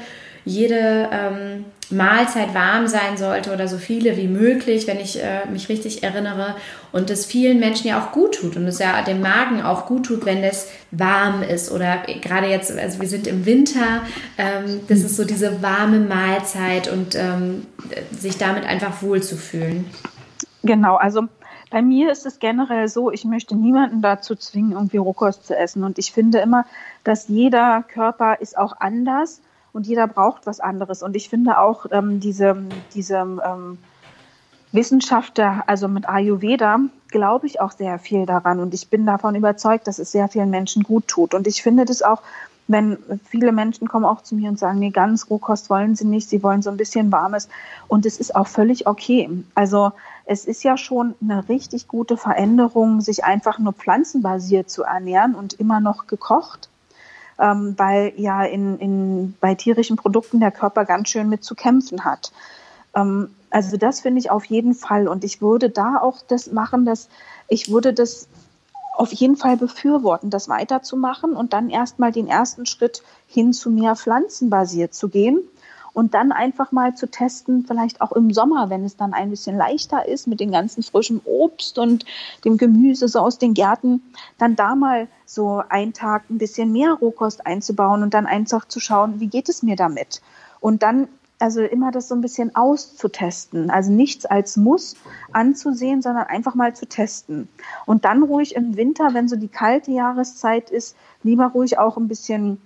Speaker 3: jede ähm, Mahlzeit warm sein sollte oder so viele wie möglich, wenn ich äh, mich richtig erinnere. Und es vielen Menschen ja auch gut tut und es ja dem Magen auch gut tut, wenn es warm ist. Oder gerade jetzt, also wir sind im Winter, ähm, das ist so diese warme Mahlzeit und ähm, sich damit einfach wohlzufühlen.
Speaker 2: Genau, also bei mir ist es generell so, ich möchte niemanden dazu zwingen, irgendwie Rohkost zu essen. Und ich finde immer, dass jeder Körper ist auch anders und jeder braucht was anderes. Und ich finde auch ähm, diese, diese ähm, Wissenschaft, also mit Ayurveda, glaube ich auch sehr viel daran. Und ich bin davon überzeugt, dass es sehr vielen Menschen gut tut. Und ich finde das auch, wenn viele Menschen kommen auch zu mir und sagen, nee, ganz Rohkost wollen sie nicht, sie wollen so ein bisschen Warmes. Und es ist auch völlig okay. Also es ist ja schon eine richtig gute Veränderung, sich einfach nur pflanzenbasiert zu ernähren und immer noch gekocht, ähm, weil ja in, in, bei tierischen Produkten der Körper ganz schön mit zu kämpfen hat. Ähm, also das finde ich auf jeden Fall. Und ich würde da auch das machen, dass ich würde das auf jeden Fall befürworten, das weiterzumachen und dann erstmal den ersten Schritt hin zu mehr pflanzenbasiert zu gehen und dann einfach mal zu testen, vielleicht auch im Sommer, wenn es dann ein bisschen leichter ist mit dem ganzen frischen Obst und dem Gemüse so aus den Gärten, dann da mal so einen Tag ein bisschen mehr Rohkost einzubauen und dann einfach zu schauen, wie geht es mir damit? Und dann also immer das so ein bisschen auszutesten, also nichts als Muss anzusehen, sondern einfach mal zu testen. Und dann ruhig im Winter, wenn so die kalte Jahreszeit ist, lieber ruhig auch ein bisschen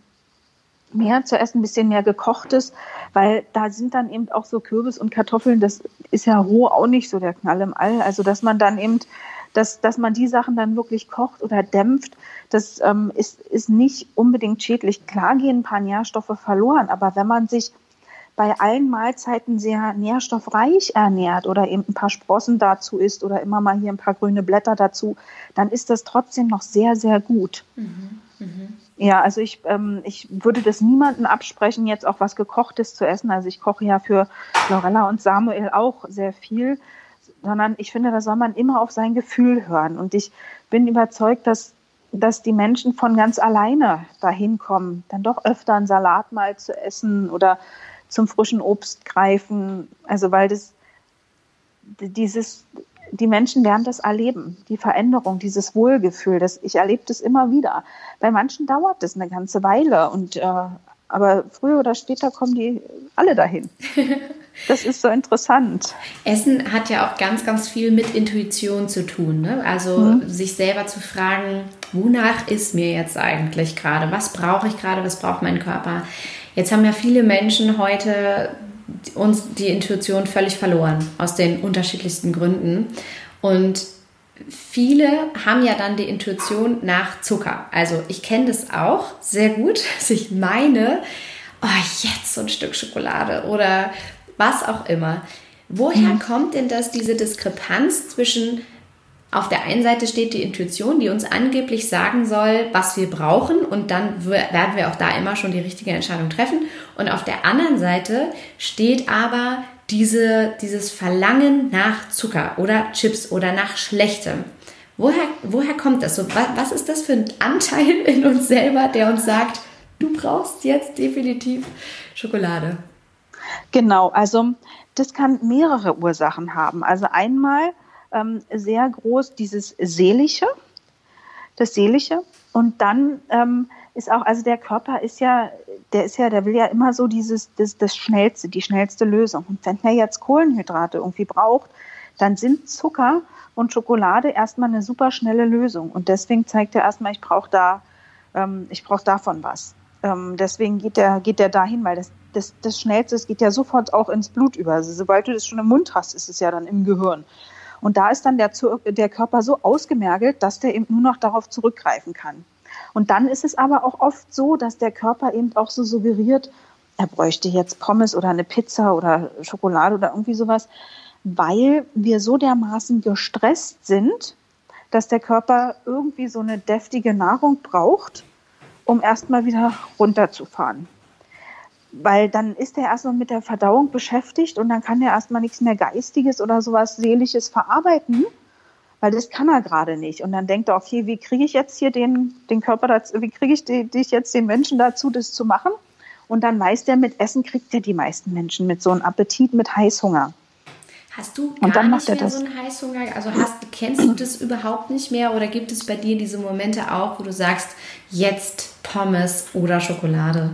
Speaker 2: mehr zu essen, ein bisschen mehr Gekochtes, weil da sind dann eben auch so Kürbis und Kartoffeln, das ist ja roh auch nicht so der Knall im All. Also dass man dann eben, dass, dass man die Sachen dann wirklich kocht oder dämpft, das ähm, ist, ist nicht unbedingt schädlich. Klar gehen ein paar Nährstoffe verloren, aber wenn man sich bei allen Mahlzeiten sehr nährstoffreich ernährt oder eben ein paar Sprossen dazu isst oder immer mal hier ein paar grüne Blätter dazu, dann ist das trotzdem noch sehr, sehr gut. Mhm, mh. Ja, also ich, ähm, ich würde das niemandem absprechen, jetzt auch was Gekochtes zu essen. Also ich koche ja für Lorella und Samuel auch sehr viel, sondern ich finde, da soll man immer auf sein Gefühl hören. Und ich bin überzeugt, dass dass die Menschen von ganz alleine dahin kommen, dann doch öfter einen Salat mal zu essen oder zum frischen Obst greifen, also weil das dieses, die Menschen werden das erleben, die Veränderung, dieses Wohlgefühl, das, ich erlebe das immer wieder. Bei manchen dauert das eine ganze Weile, und äh, aber früher oder später kommen die alle dahin. Das ist so interessant.
Speaker 3: Essen hat ja auch ganz, ganz viel mit Intuition zu tun, ne? Also mhm. sich selber zu fragen, wonach ist mir jetzt eigentlich gerade? Was brauche ich gerade? Was braucht mein Körper? Jetzt haben ja viele Menschen heute uns die Intuition völlig verloren, aus den unterschiedlichsten Gründen. Und viele haben ja dann die Intuition nach Zucker. Also ich kenne das auch sehr gut, dass ich meine, oh, jetzt so ein Stück Schokolade oder was auch immer. Woher mhm. kommt denn das, diese Diskrepanz zwischen, auf der einen Seite steht die Intuition, die uns angeblich sagen soll, was wir brauchen, und dann werden wir auch da immer schon die richtige Entscheidung treffen. Und auf der anderen Seite steht aber diese, dieses Verlangen nach Zucker oder Chips oder nach Schlechtem. Woher, woher kommt das so? Was, was ist das für ein Anteil in uns selber, der uns sagt, du brauchst jetzt definitiv Schokolade?
Speaker 2: Genau, also das kann mehrere Ursachen haben. Also einmal ähm, sehr groß dieses Seelische, das Seelische, und dann ähm, ist auch, also der Körper ist ja, der ist ja, der will ja immer so dieses, das, das Schnellste, die schnellste Lösung. Und wenn er jetzt Kohlenhydrate irgendwie braucht, dann sind Zucker und Schokolade erstmal eine super schnelle Lösung. Und deswegen zeigt er erstmal, ich brauche da, ähm, ich brauche davon was. Ähm, deswegen geht der, geht der dahin, weil das, das, das Schnellste, es geht ja sofort auch ins Blut über. Also sobald du das schon im Mund hast, ist es ja dann im Gehirn. Und da ist dann der, der Körper so ausgemergelt, dass der eben nur noch darauf zurückgreifen kann. Und dann ist es aber auch oft so, dass der Körper eben auch so suggeriert, er bräuchte jetzt Pommes oder eine Pizza oder Schokolade oder irgendwie sowas, weil wir so dermaßen gestresst sind, dass der Körper irgendwie so eine deftige Nahrung braucht, um erstmal wieder runterzufahren. Weil dann ist er erstmal mit der Verdauung beschäftigt und dann kann er erstmal nichts mehr Geistiges oder sowas Seelisches verarbeiten, weil das kann er gerade nicht. Und dann denkt er, okay, wie kriege ich jetzt hier den, den Körper dazu, wie kriege ich die, die ich jetzt den Menschen dazu, das zu machen? Und dann weiß der, mit Essen kriegt der die meisten Menschen mit so einem Appetit, mit Heißhunger.
Speaker 3: Hast du gar
Speaker 2: und dann
Speaker 3: nicht
Speaker 2: macht er
Speaker 3: mehr
Speaker 2: das.
Speaker 3: so einen Heißhunger? Also hast, kennst du das überhaupt nicht mehr? Oder gibt es bei dir diese Momente auch, wo du sagst, jetzt Pommes oder Schokolade?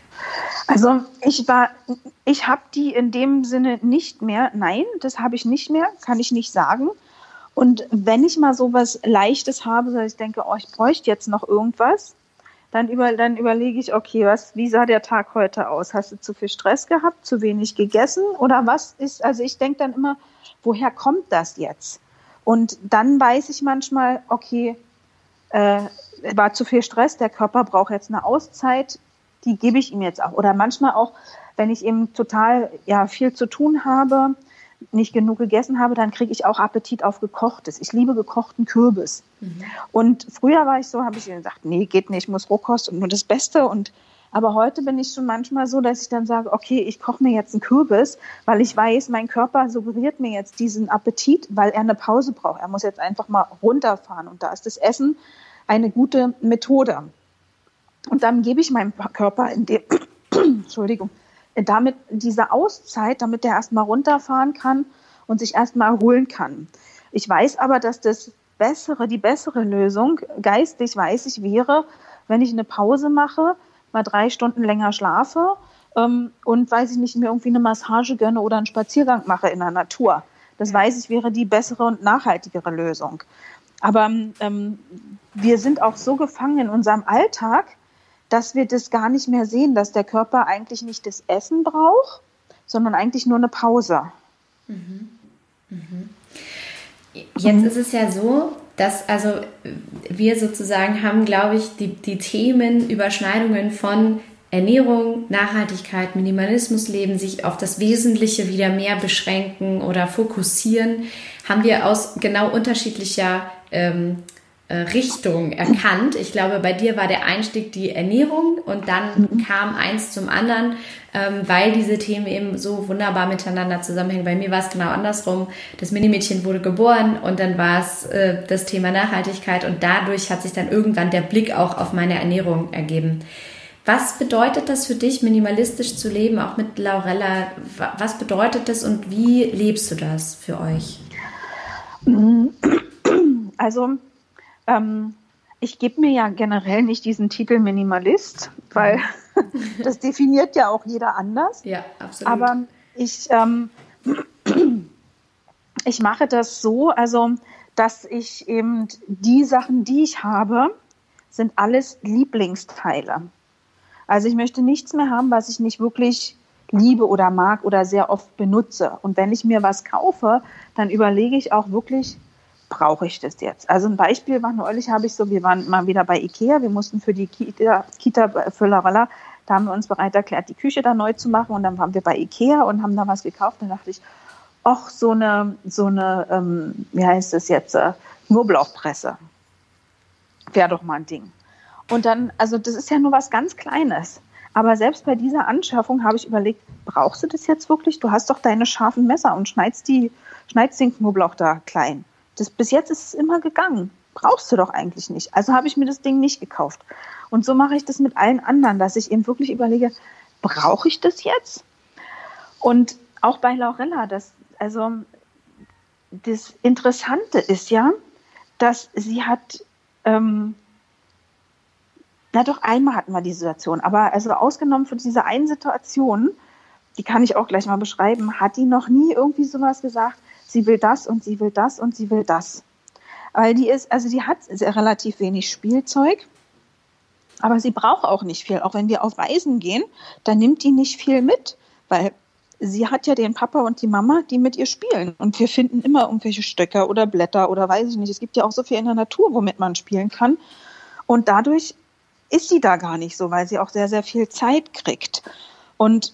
Speaker 2: Also ich war, ich habe die in dem Sinne nicht mehr. Nein, das habe ich nicht mehr, kann ich nicht sagen. Und wenn ich mal so was Leichtes habe, dass ich denke, oh, ich bräuchte jetzt noch irgendwas, dann, über, dann überlege ich, okay, was, wie sah der Tag heute aus? Hast du zu viel Stress gehabt, zu wenig gegessen oder was ist, also ich denke dann immer, woher kommt das jetzt? Und dann weiß ich manchmal, okay, äh, war zu viel Stress, der Körper braucht jetzt eine Auszeit, die gebe ich ihm jetzt auch. Oder manchmal auch, wenn ich eben total ja, viel zu tun habe, nicht genug gegessen habe, dann kriege ich auch Appetit auf Gekochtes. Ich liebe gekochten Kürbis. Mhm. Und früher war ich so, habe ich gesagt, nee, geht nicht, ich muss Rohkost und nur das Beste. Und, aber heute bin ich schon manchmal so, dass ich dann sage, okay, ich koche mir jetzt einen Kürbis, weil ich weiß, mein Körper suggeriert mir jetzt diesen Appetit, weil er eine Pause braucht. Er muss jetzt einfach mal runterfahren. Und da ist das Essen eine gute Methode. Und dann gebe ich meinem Körper in dem, Entschuldigung, damit diese Auszeit, damit der erstmal runterfahren kann und sich erstmal erholen kann. Ich weiß aber, dass das bessere, die bessere Lösung, geistig weiß ich, wäre, wenn ich eine Pause mache, mal drei Stunden länger schlafe ähm, und, weiß ich nicht, mir irgendwie eine Massage gönne oder einen Spaziergang mache in der Natur. Das weiß ich, wäre die bessere und nachhaltigere Lösung. Aber ähm, wir sind auch so gefangen in unserem Alltag, dass wir das gar nicht mehr sehen, dass der Körper eigentlich nicht das Essen braucht, sondern eigentlich nur eine Pause.
Speaker 3: Mhm. Mhm. Jetzt ist es ja so, dass also wir sozusagen haben, glaube ich, die, die Themen, Überschneidungen von Ernährung, Nachhaltigkeit, Minimalismus leben, sich auf das Wesentliche wieder mehr beschränken oder fokussieren, haben wir aus genau unterschiedlicher ähm, Richtung erkannt. Ich glaube, bei dir war der Einstieg die Ernährung und dann mhm. kam eins zum anderen, ähm, weil diese Themen eben so wunderbar miteinander zusammenhängen. Bei mir war es genau andersrum. Das Minimädchen wurde geboren und dann war es äh, das Thema Nachhaltigkeit und dadurch hat sich dann irgendwann der Blick auch auf meine Ernährung ergeben. Was bedeutet das für dich, minimalistisch zu leben, auch mit Laurella? Was bedeutet das und wie lebst du das für euch?
Speaker 2: Also Ähm, ich gebe mir ja generell nicht diesen Titel Minimalist, weil das definiert ja auch jeder anders.
Speaker 3: Ja, absolut.
Speaker 2: Aber ich, ähm, ich mache das so, also dass ich eben die Sachen, die ich habe, sind alles Lieblingsteile. Also ich möchte nichts mehr haben, was ich nicht wirklich liebe oder mag oder sehr oft benutze. Und wenn ich mir was kaufe, dann überlege ich auch wirklich, brauche ich das jetzt? Also ein Beispiel war neulich, habe ich so, wir waren mal wieder bei Ikea, wir mussten für die Kita, Kita für Laurella, da haben wir uns bereit erklärt, die Küche da neu zu machen und dann waren wir bei Ikea und haben da was gekauft. Dann dachte ich, ach, so eine, so eine, ähm, wie heißt das jetzt, äh, Knoblauchpresse. Wäre doch mal ein Ding. Und dann, also das ist ja nur was ganz Kleines. Aber selbst bei dieser Anschaffung habe ich überlegt, brauchst du das jetzt wirklich? Du hast doch deine scharfen Messer und schneidest, die, schneidest den Knoblauch da klein. Das, bis jetzt ist es immer gegangen. Brauchst du doch eigentlich nicht. Also habe ich mir das Ding nicht gekauft. Und so mache ich das mit allen anderen, dass ich eben wirklich überlege, brauche ich das jetzt? Und auch bei Laurella, das, also das Interessante ist ja, dass sie hat, ähm, na doch, einmal hatten wir die Situation, aber also ausgenommen von dieser einen Situation, die kann ich auch gleich mal beschreiben, hat die noch nie irgendwie sowas gesagt, sie will das und sie will das und sie will das. Weil die ist, also die hat sehr relativ wenig Spielzeug, aber sie braucht auch nicht viel. Auch wenn wir auf Reisen gehen, dann nimmt die nicht viel mit, weil sie hat ja den Papa und die Mama, die mit ihr spielen. Und wir finden immer irgendwelche Stöcker oder Blätter oder weiß ich nicht. Es gibt ja auch so viel in der Natur, womit man spielen kann. Und dadurch ist sie da gar nicht so, weil sie auch sehr, sehr viel Zeit kriegt. Und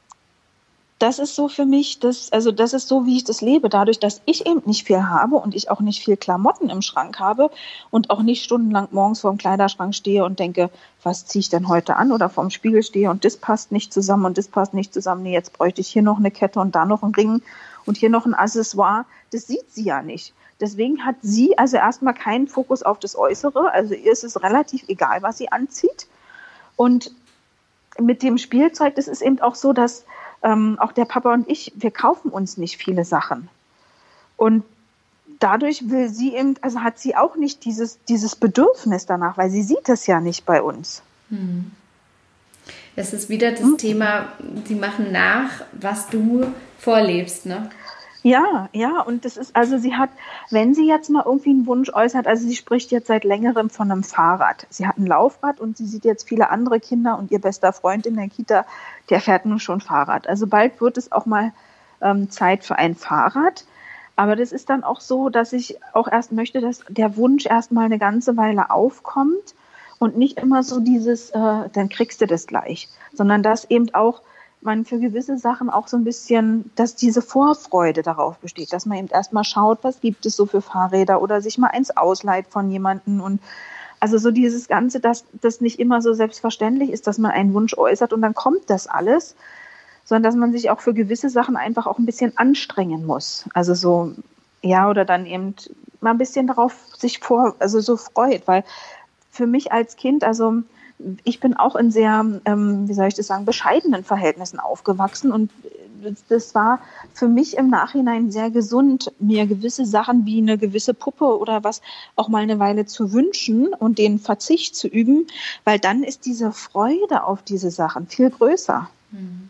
Speaker 2: das ist so für mich, das, also das ist so, wie ich das lebe. Dadurch, dass ich eben nicht viel habe und ich auch nicht viel Klamotten im Schrank habe und auch nicht stundenlang morgens vor dem Kleiderschrank stehe und denke, was ziehe ich denn heute an, oder vorm Spiegel stehe und das passt nicht zusammen und das passt nicht zusammen. Nee, jetzt bräuchte ich hier noch eine Kette und da noch einen Ring und hier noch ein Accessoire. Das sieht sie ja nicht. Deswegen hat sie also erstmal keinen Fokus auf das Äußere. Also ihr ist es relativ egal, was sie anzieht. Und mit dem Spielzeug, das ist eben auch so, dass ähm, auch der Papa und ich, wir kaufen uns nicht viele Sachen. Und dadurch will sie eben, also hat sie auch nicht dieses, dieses Bedürfnis danach, weil sie sieht es ja nicht bei uns.
Speaker 3: Hm. Das ist wieder das hm. Thema, sie machen nach, was du vorlebst, ne?
Speaker 2: Ja, ja, und das ist, also sie hat, wenn sie jetzt mal irgendwie einen Wunsch äußert, also sie spricht jetzt seit längerem von einem Fahrrad. Sie hat ein Laufrad und sie sieht jetzt viele andere Kinder und ihr bester Freund in der Kita, der fährt nun schon Fahrrad. Also bald wird es auch mal ähm, Zeit für ein Fahrrad. Aber das ist dann auch so, dass ich auch erst möchte, dass der Wunsch erst mal eine ganze Weile aufkommt und nicht immer so dieses, äh, dann kriegst du das gleich, sondern dass eben auch man für gewisse Sachen auch so ein bisschen, dass diese Vorfreude darauf besteht, dass man eben erstmal schaut, was gibt es so für Fahrräder oder sich mal eins ausleiht von jemandem und also so dieses Ganze, dass das nicht immer so selbstverständlich ist, dass man einen Wunsch äußert und dann kommt das alles, sondern dass man sich auch für gewisse Sachen einfach auch ein bisschen anstrengen muss. Also so, ja, oder dann eben mal ein bisschen darauf sich vor, also so freut, weil für mich als Kind, also ich bin auch in sehr, ähm, wie soll ich das sagen, bescheidenen Verhältnissen aufgewachsen und das war für mich im Nachhinein sehr gesund, mir gewisse Sachen wie eine gewisse Puppe oder was auch mal eine Weile zu wünschen und den Verzicht zu üben, weil dann ist diese Freude auf diese Sachen viel größer. Mhm.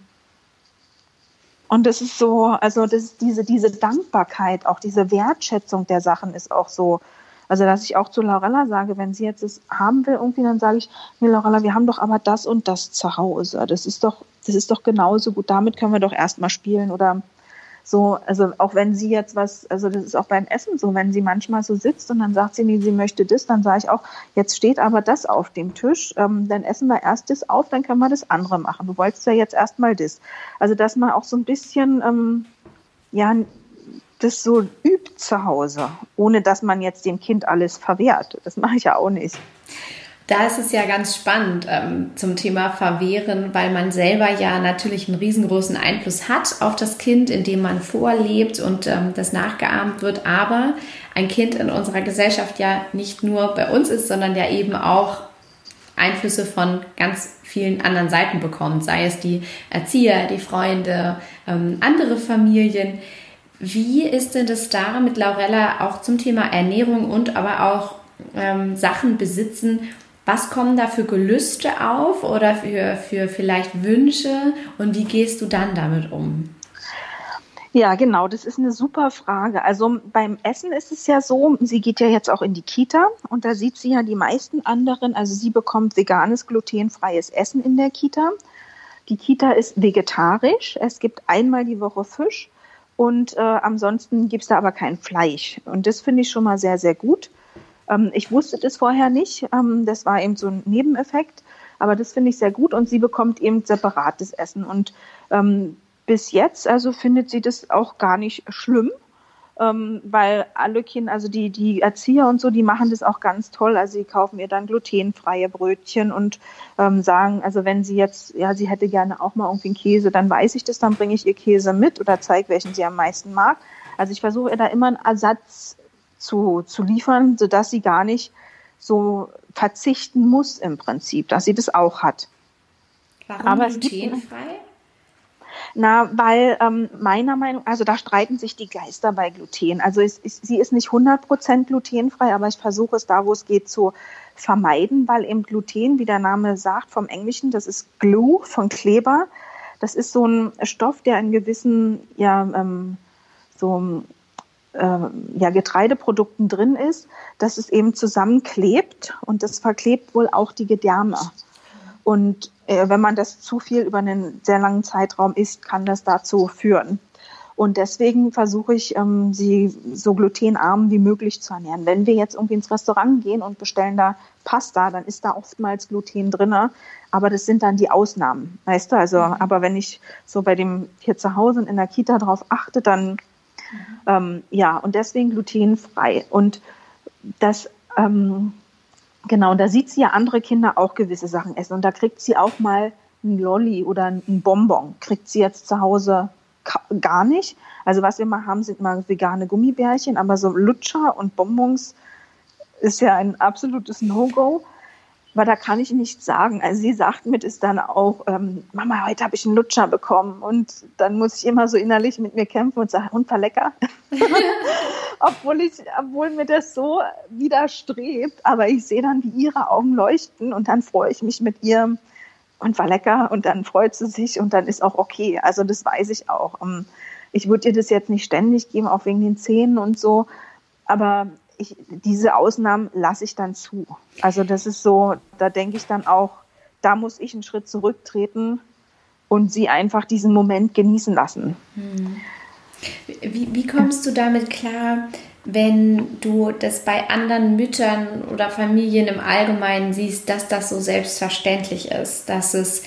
Speaker 2: Und das ist so, also das ist diese, diese Dankbarkeit, auch diese Wertschätzung der Sachen ist auch so. Also, dass ich auch zu Laurella sage, wenn sie jetzt es haben will irgendwie, dann sage ich, nee, Laurella, wir haben doch aber das und das zu Hause. Das ist doch, das ist doch genauso gut. Damit können wir doch erstmal spielen oder so. Also, auch wenn sie jetzt was, also, das ist auch beim Essen so, wenn sie manchmal so sitzt und dann sagt sie, nee, sie möchte das, dann sage ich auch, jetzt steht aber das auf dem Tisch, ähm, dann essen wir erst das auf, dann können wir das andere machen. Du wolltest ja jetzt erstmal das. Also, dass man auch so ein bisschen, ähm, ja, das so übt zu Hause, ohne dass man jetzt dem Kind alles verwehrt. Das mache ich ja auch nicht.
Speaker 3: Da ist es ja ganz spannend ähm, zum Thema Verwehren, weil man selber ja natürlich einen riesengroßen Einfluss hat auf das Kind, indem man vorlebt und ähm, das nachgeahmt wird. Aber ein Kind in unserer Gesellschaft ja nicht nur bei uns ist, sondern ja eben auch Einflüsse von ganz vielen anderen Seiten bekommt, sei es die Erzieher, die Freunde, ähm, andere Familien. Wie ist denn das da mit Laurella auch zum Thema Ernährung und aber auch ähm, Sachen besitzen? Was kommen da für Gelüste auf oder für, für vielleicht Wünsche und wie gehst du dann damit um?
Speaker 2: Ja, genau, das ist eine super Frage. Also beim Essen ist es ja so, sie geht ja jetzt auch in die Kita und da sieht sie ja die meisten anderen, also sie bekommt veganes, glutenfreies Essen in der Kita. Die Kita ist vegetarisch, es gibt einmal die Woche Fisch. Und äh, ansonsten gibt es da aber kein Fleisch. Und das finde ich schon mal sehr, sehr gut. Ähm, ich wusste das vorher nicht. Ähm, das war eben so ein Nebeneffekt. Aber das finde ich sehr gut. Und sie bekommt eben separates Essen. Und ähm, bis jetzt, also findet sie das auch gar nicht schlimm. Ähm, weil alle Kinder, also die, die Erzieher und so, die machen das auch ganz toll. Also sie kaufen ihr dann glutenfreie Brötchen und ähm, sagen, also wenn sie jetzt, ja, sie hätte gerne auch mal irgendwie einen Käse, dann weiß ich das, dann bringe ich ihr Käse mit oder zeige, welchen sie am meisten mag. Also ich versuche ihr da immer einen Ersatz zu, zu liefern, sodass sie gar nicht so verzichten muss im Prinzip, dass sie das auch hat.
Speaker 3: Warum
Speaker 2: Aber
Speaker 3: glutenfrei?
Speaker 2: Na, weil ähm, meiner Meinung, also da streiten sich die Geister bei Gluten. Also es, es, sie ist nicht hundert Prozent glutenfrei, aber ich versuche es da, wo es geht, zu vermeiden, weil eben Gluten, wie der Name sagt, vom Englischen, das ist Glue, von Kleber. Das ist so ein Stoff, der in gewissen ja, ähm, so, äh, ja, Getreideprodukten drin ist, dass es eben zusammenklebt und das verklebt wohl auch die Gedärme. Und äh, wenn man das zu viel über einen sehr langen Zeitraum isst, kann das dazu führen. Und deswegen versuche ich, ähm, sie so glutenarm wie möglich zu ernähren. Wenn wir jetzt irgendwie ins Restaurant gehen und bestellen da Pasta, dann ist da oftmals Gluten drin. Aber das sind dann die Ausnahmen, weißt du? Also, mhm. aber wenn ich so bei dem hier zu Hause und in der Kita drauf achte, dann mhm. ähm, ja, und deswegen glutenfrei. Und das ähm, Genau, und da sieht sie ja andere Kinder auch gewisse Sachen essen. Und da kriegt sie auch mal einen Lolli oder einen Bonbon. Kriegt sie jetzt zu Hause gar nicht. Also was wir mal haben, sind mal vegane Gummibärchen. Aber so Lutscher und Bonbons ist ja ein absolutes No-Go. Aber da kann ich nichts sagen. Also sie sagt mir das dann auch, ähm, Mama, heute habe ich einen Lutscher bekommen. Und dann muss ich immer so innerlich mit mir kämpfen und sagen, und war lecker. obwohl, ich, obwohl mir das so widerstrebt. Aber ich sehe dann, wie ihre Augen leuchten und dann freue ich mich mit ihr und war lecker. Und dann freut sie sich und dann ist auch okay. Also das weiß ich auch. Ich würde ihr das jetzt nicht ständig geben, auch wegen den Zähnen und so. Aber Ich, diese Ausnahmen lasse ich dann zu. Also das ist so, da denke ich dann auch, da muss ich einen Schritt zurücktreten und sie einfach diesen Moment genießen lassen.
Speaker 3: Hm. Wie, wie kommst du damit klar, wenn du das bei anderen Müttern oder Familien im Allgemeinen siehst, dass das so selbstverständlich ist, dass es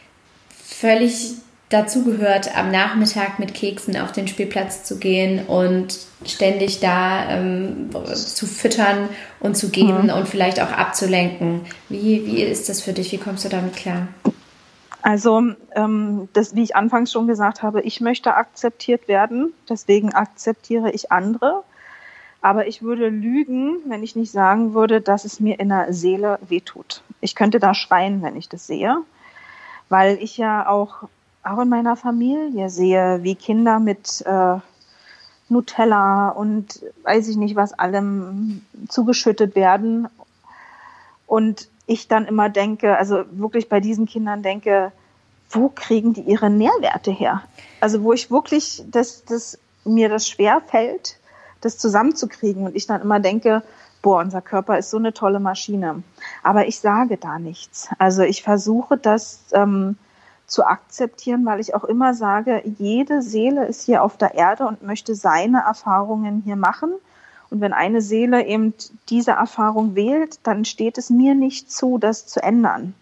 Speaker 3: völlig dazu gehört, am Nachmittag mit Keksen auf den Spielplatz zu gehen und ständig da ähm, zu füttern und zu geben mhm. und vielleicht auch abzulenken. Wie, wie ist das für dich? Wie kommst du damit klar?
Speaker 2: Also, ähm, das, wie ich anfangs schon gesagt habe, ich möchte akzeptiert werden, deswegen akzeptiere ich andere. Aber ich würde lügen, wenn ich nicht sagen würde, dass es mir in der Seele wehtut. Ich könnte da schreien, wenn ich das sehe, weil ich ja auch auch in meiner Familie sehe, wie Kinder mit äh, Nutella und weiß ich nicht was allem zugeschüttet werden. Und ich dann immer denke, also wirklich bei diesen Kindern denke, wo kriegen die ihre Nährwerte her? Also wo ich wirklich, das, das, mir das schwer fällt, das zusammenzukriegen. Und ich dann immer denke, boah, unser Körper ist so eine tolle Maschine. Aber ich sage da nichts. Also ich versuche das ähm, zu akzeptieren, weil ich auch immer sage, jede Seele ist hier auf der Erde und möchte seine Erfahrungen hier machen. Und wenn eine Seele eben diese Erfahrung wählt, dann steht es mir nicht zu, das zu ändern.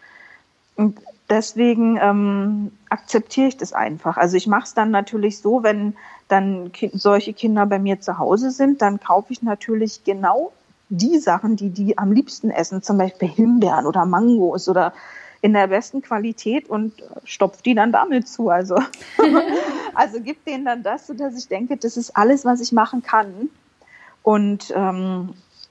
Speaker 2: Und deswegen ähm, akzeptiere ich das einfach. Also ich mache es dann natürlich so, wenn dann ki- solche Kinder bei mir zu Hause sind, dann kaufe ich natürlich genau die Sachen, die die am liebsten essen, zum Beispiel Himbeeren oder Mangos oder in der besten Qualität und stopft die dann damit zu. Also, also gibt denen dann das, sodass ich denke, das ist alles, was ich machen kann. Und ähm,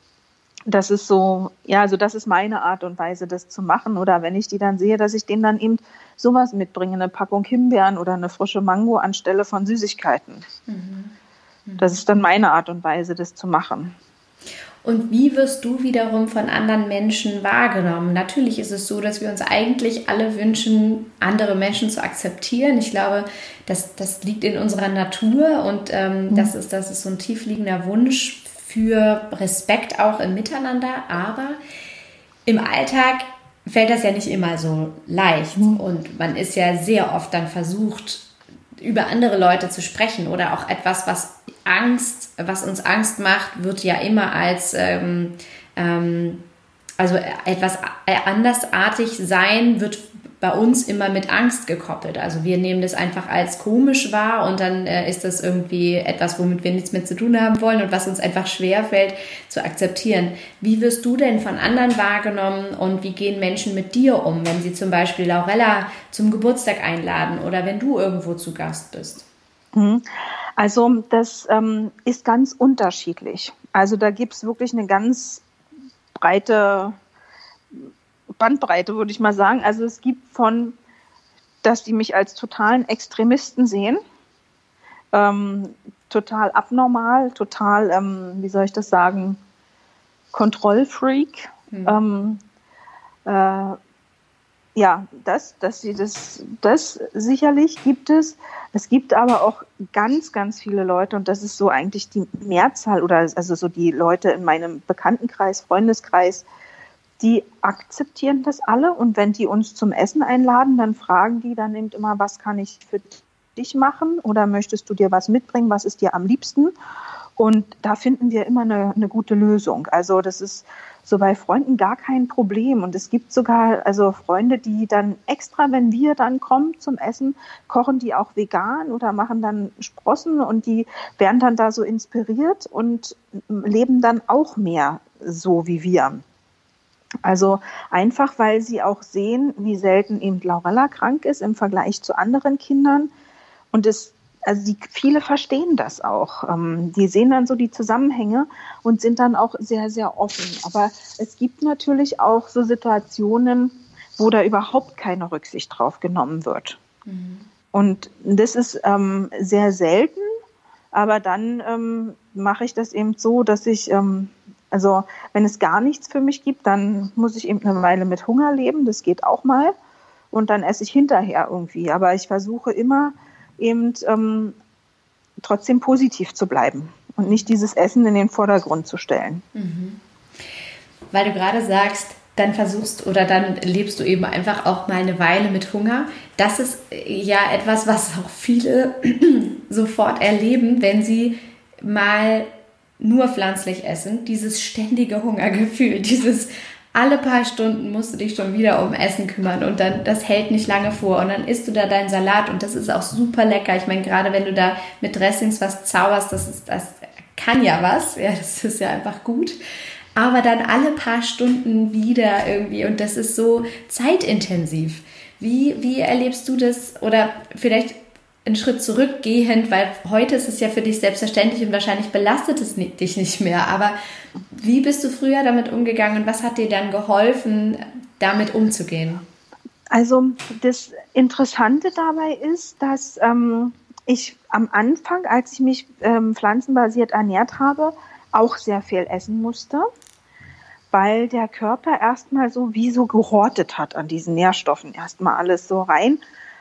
Speaker 2: das ist so, ja, also das ist meine Art und Weise, das zu machen. Oder wenn ich die dann sehe, dass ich denen dann eben sowas mitbringe, eine Packung Himbeeren oder eine frische Mango anstelle von Süßigkeiten. Mhm. Mhm. Das ist dann meine Art und Weise, das zu machen.
Speaker 3: Und wie wirst du wiederum von anderen Menschen wahrgenommen? Natürlich ist es so, dass wir uns eigentlich alle wünschen, andere Menschen zu akzeptieren. Ich glaube, das, das liegt in unserer Natur und ähm, mhm. das ist, das ist so ein tiefliegender Wunsch für Respekt auch im Miteinander. Aber im Alltag fällt das ja nicht immer so leicht. Mhm. Und man ist ja sehr oft dann versucht, über andere Leute zu sprechen oder auch etwas, was Angst, was uns Angst macht, wird ja immer als ähm, ähm, also etwas andersartig sein, wird bei uns immer mit Angst gekoppelt. Also wir nehmen das einfach als komisch wahr und dann äh, ist das irgendwie etwas, womit wir nichts mehr zu tun haben wollen und was uns einfach schwerfällt zu akzeptieren. Wie wirst du denn von anderen wahrgenommen und wie gehen Menschen mit dir um, wenn sie zum Beispiel Laurella zum Geburtstag einladen oder wenn du irgendwo zu Gast bist?
Speaker 2: Also das ähm, ist ganz unterschiedlich. Also da gibt es wirklich eine ganz breite Bandbreite, würde ich mal sagen. Also es gibt von, dass die mich als totalen Extremisten sehen, ähm, total abnormal, total, ähm, wie soll ich das sagen, Kontrollfreak. Mhm. Ähm, äh, ja, das, dass sie das, das sicherlich gibt es. Es gibt aber auch ganz, ganz viele Leute und das ist so eigentlich die Mehrzahl oder also so die Leute in meinem Bekanntenkreis, Freundeskreis, die akzeptieren das alle und wenn die uns zum Essen einladen, dann fragen die dann eben immer, was kann ich für dich machen oder möchtest du dir was mitbringen, was ist dir am liebsten? Und da finden wir immer eine, eine gute Lösung. Also das ist so bei Freunden gar kein Problem und es gibt sogar also Freunde, die dann extra, wenn wir dann kommen zum Essen, kochen die auch vegan oder machen dann Sprossen und die werden dann da so inspiriert und leben dann auch mehr so wie wir. Also einfach, weil sie auch sehen, wie selten eben Laurella krank ist im Vergleich zu anderen Kindern. Und es also die, viele verstehen das auch. Ähm, die sehen dann so die Zusammenhänge und sind dann auch sehr, sehr offen. Aber es gibt natürlich auch so Situationen, wo da überhaupt keine Rücksicht drauf genommen wird. Mhm. Und das ist ähm, sehr selten, aber dann ähm, mache ich das eben so, dass ich, ähm, also wenn es gar nichts für mich gibt, dann muss ich eben eine Weile mit Hunger leben, das geht auch mal. Und dann esse ich hinterher irgendwie. Aber ich versuche immer eben ähm, trotzdem positiv zu bleiben und nicht dieses Essen in den Vordergrund zu stellen.
Speaker 3: Mhm. Weil du gerade sagst, dann versuchst oder dann lebst du eben einfach auch mal eine Weile mit Hunger. Das ist ja etwas, was auch viele sofort erleben, wenn sie mal nur pflanzlich essen. Dieses ständige Hungergefühl, dieses alle paar Stunden musst du dich schon wieder um Essen kümmern und dann das hält nicht lange vor und dann isst du da deinen Salat und das ist auch super lecker. Ich meine, gerade wenn du da mit Dressings was zauberst, das ist, das kann ja was, ja, das ist ja einfach gut. Aber dann alle paar Stunden wieder irgendwie und das ist so zeitintensiv. Wie, wie erlebst du das oder vielleicht einen Schritt zurückgehend, weil heute ist es ja für dich selbstverständlich und wahrscheinlich belastet es dich nicht mehr, aber wie bist du früher damit umgegangen und was hat dir dann geholfen, damit umzugehen?
Speaker 2: Also das Interessante dabei ist, dass ähm, ich am Anfang, als ich mich ähm, pflanzenbasiert ernährt habe, auch sehr viel essen musste, weil der Körper erstmal so wie so gehortet hat an diesen Nährstoffen, erstmal alles so rein.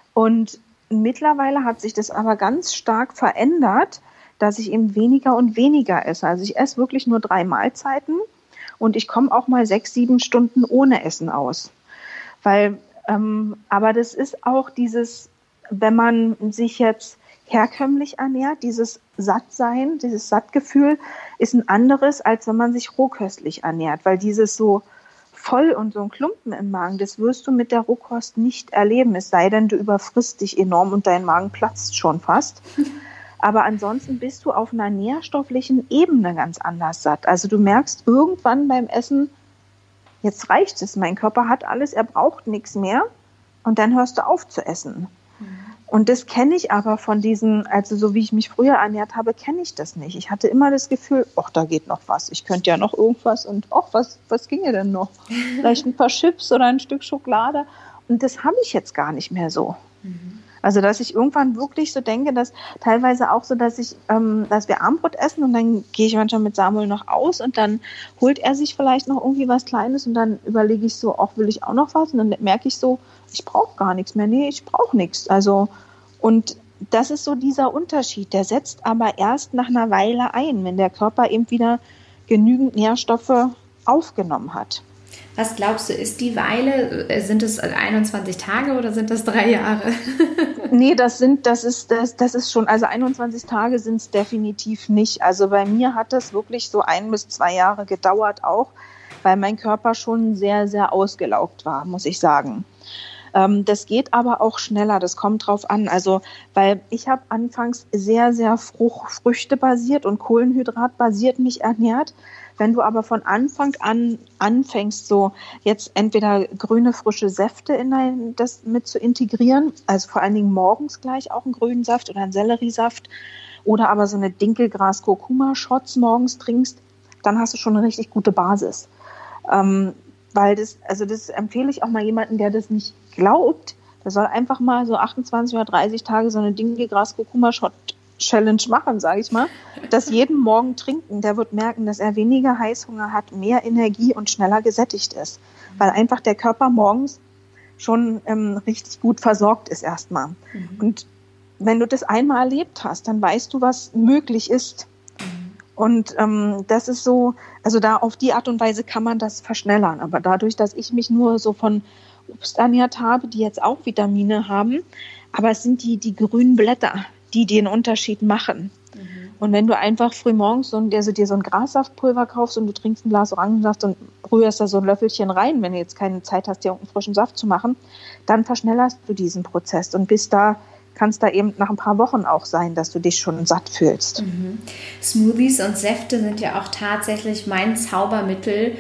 Speaker 2: Und mittlerweile hat sich das aber ganz stark verändert, dass ich eben weniger und weniger esse. Also ich esse wirklich nur drei Mahlzeiten und ich komme auch mal sechs, sieben Stunden ohne Essen aus. Weil, ähm, aber das ist auch dieses, wenn man sich jetzt herkömmlich ernährt, dieses Sattsein, dieses Sattgefühl ist ein anderes, als wenn man sich rohköstlich ernährt, weil dieses so voll und so ein Klumpen im Magen, das wirst du mit der Rohkost nicht erleben, es sei denn, du überfrisst dich enorm und dein Magen platzt schon fast. Aber ansonsten bist du auf einer nährstofflichen Ebene ganz anders satt. Also du merkst irgendwann beim Essen, jetzt reicht es, mein Körper hat alles, er braucht nichts mehr und dann hörst du auf zu essen. Mhm. Und das kenne ich aber von diesen, also so wie ich mich früher ernährt habe, kenne ich das nicht. Ich hatte immer das Gefühl, ach, da geht noch was. Ich könnte ja noch irgendwas und ach, was, was ginge denn noch? Vielleicht ein paar Chips oder ein Stück Schokolade. Und das habe ich jetzt gar nicht mehr so. Mhm. Also, dass ich irgendwann wirklich so denke, dass teilweise auch so, dass ich, ähm, dass wir Abendbrot essen und dann gehe ich manchmal mit Samuel noch aus und dann holt er sich vielleicht noch irgendwie was Kleines und dann überlege ich so, auch will ich auch noch was? Und dann merke ich so, ich brauche gar nichts mehr. Nee, ich brauche nichts. Also, und das ist so dieser Unterschied. Der setzt aber erst nach einer Weile ein, wenn der Körper eben wieder genügend Nährstoffe aufgenommen hat.
Speaker 3: Was glaubst du, ist die Weile, sind es einundzwanzig Tage oder sind das drei Jahre?
Speaker 2: Nee, das sind, das ist, das, das ist schon, also einundzwanzig Tage sind es definitiv nicht. Also bei mir hat das wirklich so ein bis zwei Jahre gedauert auch, weil mein Körper schon sehr, sehr ausgelaugt war, muss ich sagen. Ähm, das geht aber auch schneller, das kommt drauf an. Also, weil ich habe anfangs sehr, sehr Frucht, früchtebasiert und kohlenhydratbasiert mich ernährt. Wenn du aber von Anfang an anfängst, so jetzt entweder grüne, frische Säfte in dein, das mit zu integrieren, also vor allen Dingen morgens gleich auch einen grünen Saft oder einen Selleriesaft oder aber so eine Dinkelgras-Kurkuma-Shots morgens trinkst, dann hast du schon eine richtig gute Basis. Ähm, weil das, also das empfehle ich auch mal jemanden, der das nicht glaubt, der soll einfach mal so achtundzwanzig oder dreißig Tage so eine Dinkelgras-Kurkuma-Shot Challenge machen, sage ich mal, das jeden Morgen trinken, der wird merken, dass er weniger Heißhunger hat, mehr Energie und schneller gesättigt ist, weil einfach der Körper morgens schon ähm, richtig gut versorgt ist erstmal. Mhm. Und wenn du das einmal erlebt hast, dann weißt du, was möglich ist. Mhm. Und ähm, das ist so, also da auf die Art und Weise kann man das verschnellern. Aber dadurch, dass ich mich nur so von Obst ernährt habe, die jetzt auch Vitamine haben, aber es sind die, die grünen Blätter, die den Unterschied machen. Mhm. Und wenn du einfach früh morgens so, also dir so ein Grassaftpulver kaufst und du trinkst ein Glas Orangensaft und rührst da so ein Löffelchen rein, wenn du jetzt keine Zeit hast, dir irgendeinen frischen Saft zu machen, dann verschnellerst du diesen Prozess. Und bis da kann es da eben nach ein paar Wochen auch sein, dass du dich schon satt fühlst.
Speaker 3: Mhm. Smoothies und Säfte sind ja auch tatsächlich mein Zaubermittel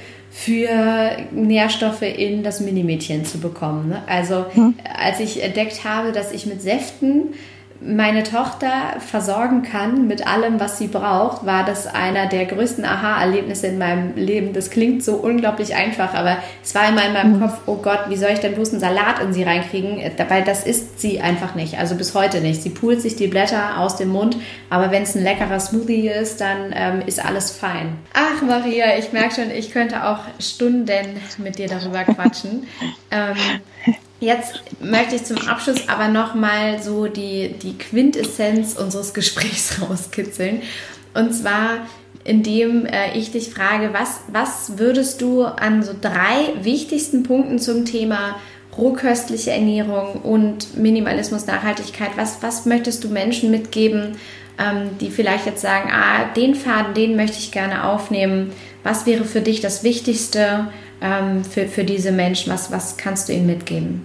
Speaker 3: für Nährstoffe in das Minimädchen zu bekommen. Also mhm. als ich entdeckt habe, dass ich mit Säften meine Tochter versorgen kann mit allem, was sie braucht, war das einer der größten Aha-Erlebnisse in meinem Leben. Das klingt so unglaublich einfach, aber es war immer in meinem mhm. Kopf, oh Gott, wie soll ich denn bloß einen Salat in sie reinkriegen? Weil das isst sie einfach nicht, also bis heute nicht. Sie pult sich die Blätter aus dem Mund, aber wenn es ein leckerer Smoothie ist, dann ähm, ist alles fein. Ach Maria, ich merke schon, ich könnte auch Stunden mit dir darüber quatschen. ähm, Jetzt möchte ich zum Abschluss aber nochmal so die, die Quintessenz unseres Gesprächs rauskitzeln. Und zwar, indem äh, ich dich frage, was, was würdest du an so drei wichtigsten Punkten zum Thema rohköstliche Ernährung und Minimalismus, Nachhaltigkeit, was, was möchtest du Menschen mitgeben, ähm, die vielleicht jetzt sagen, ah, den Faden, den möchte ich gerne aufnehmen. Was wäre für dich das Wichtigste ähm, für, für diese Menschen? Was, was kannst du ihnen mitgeben?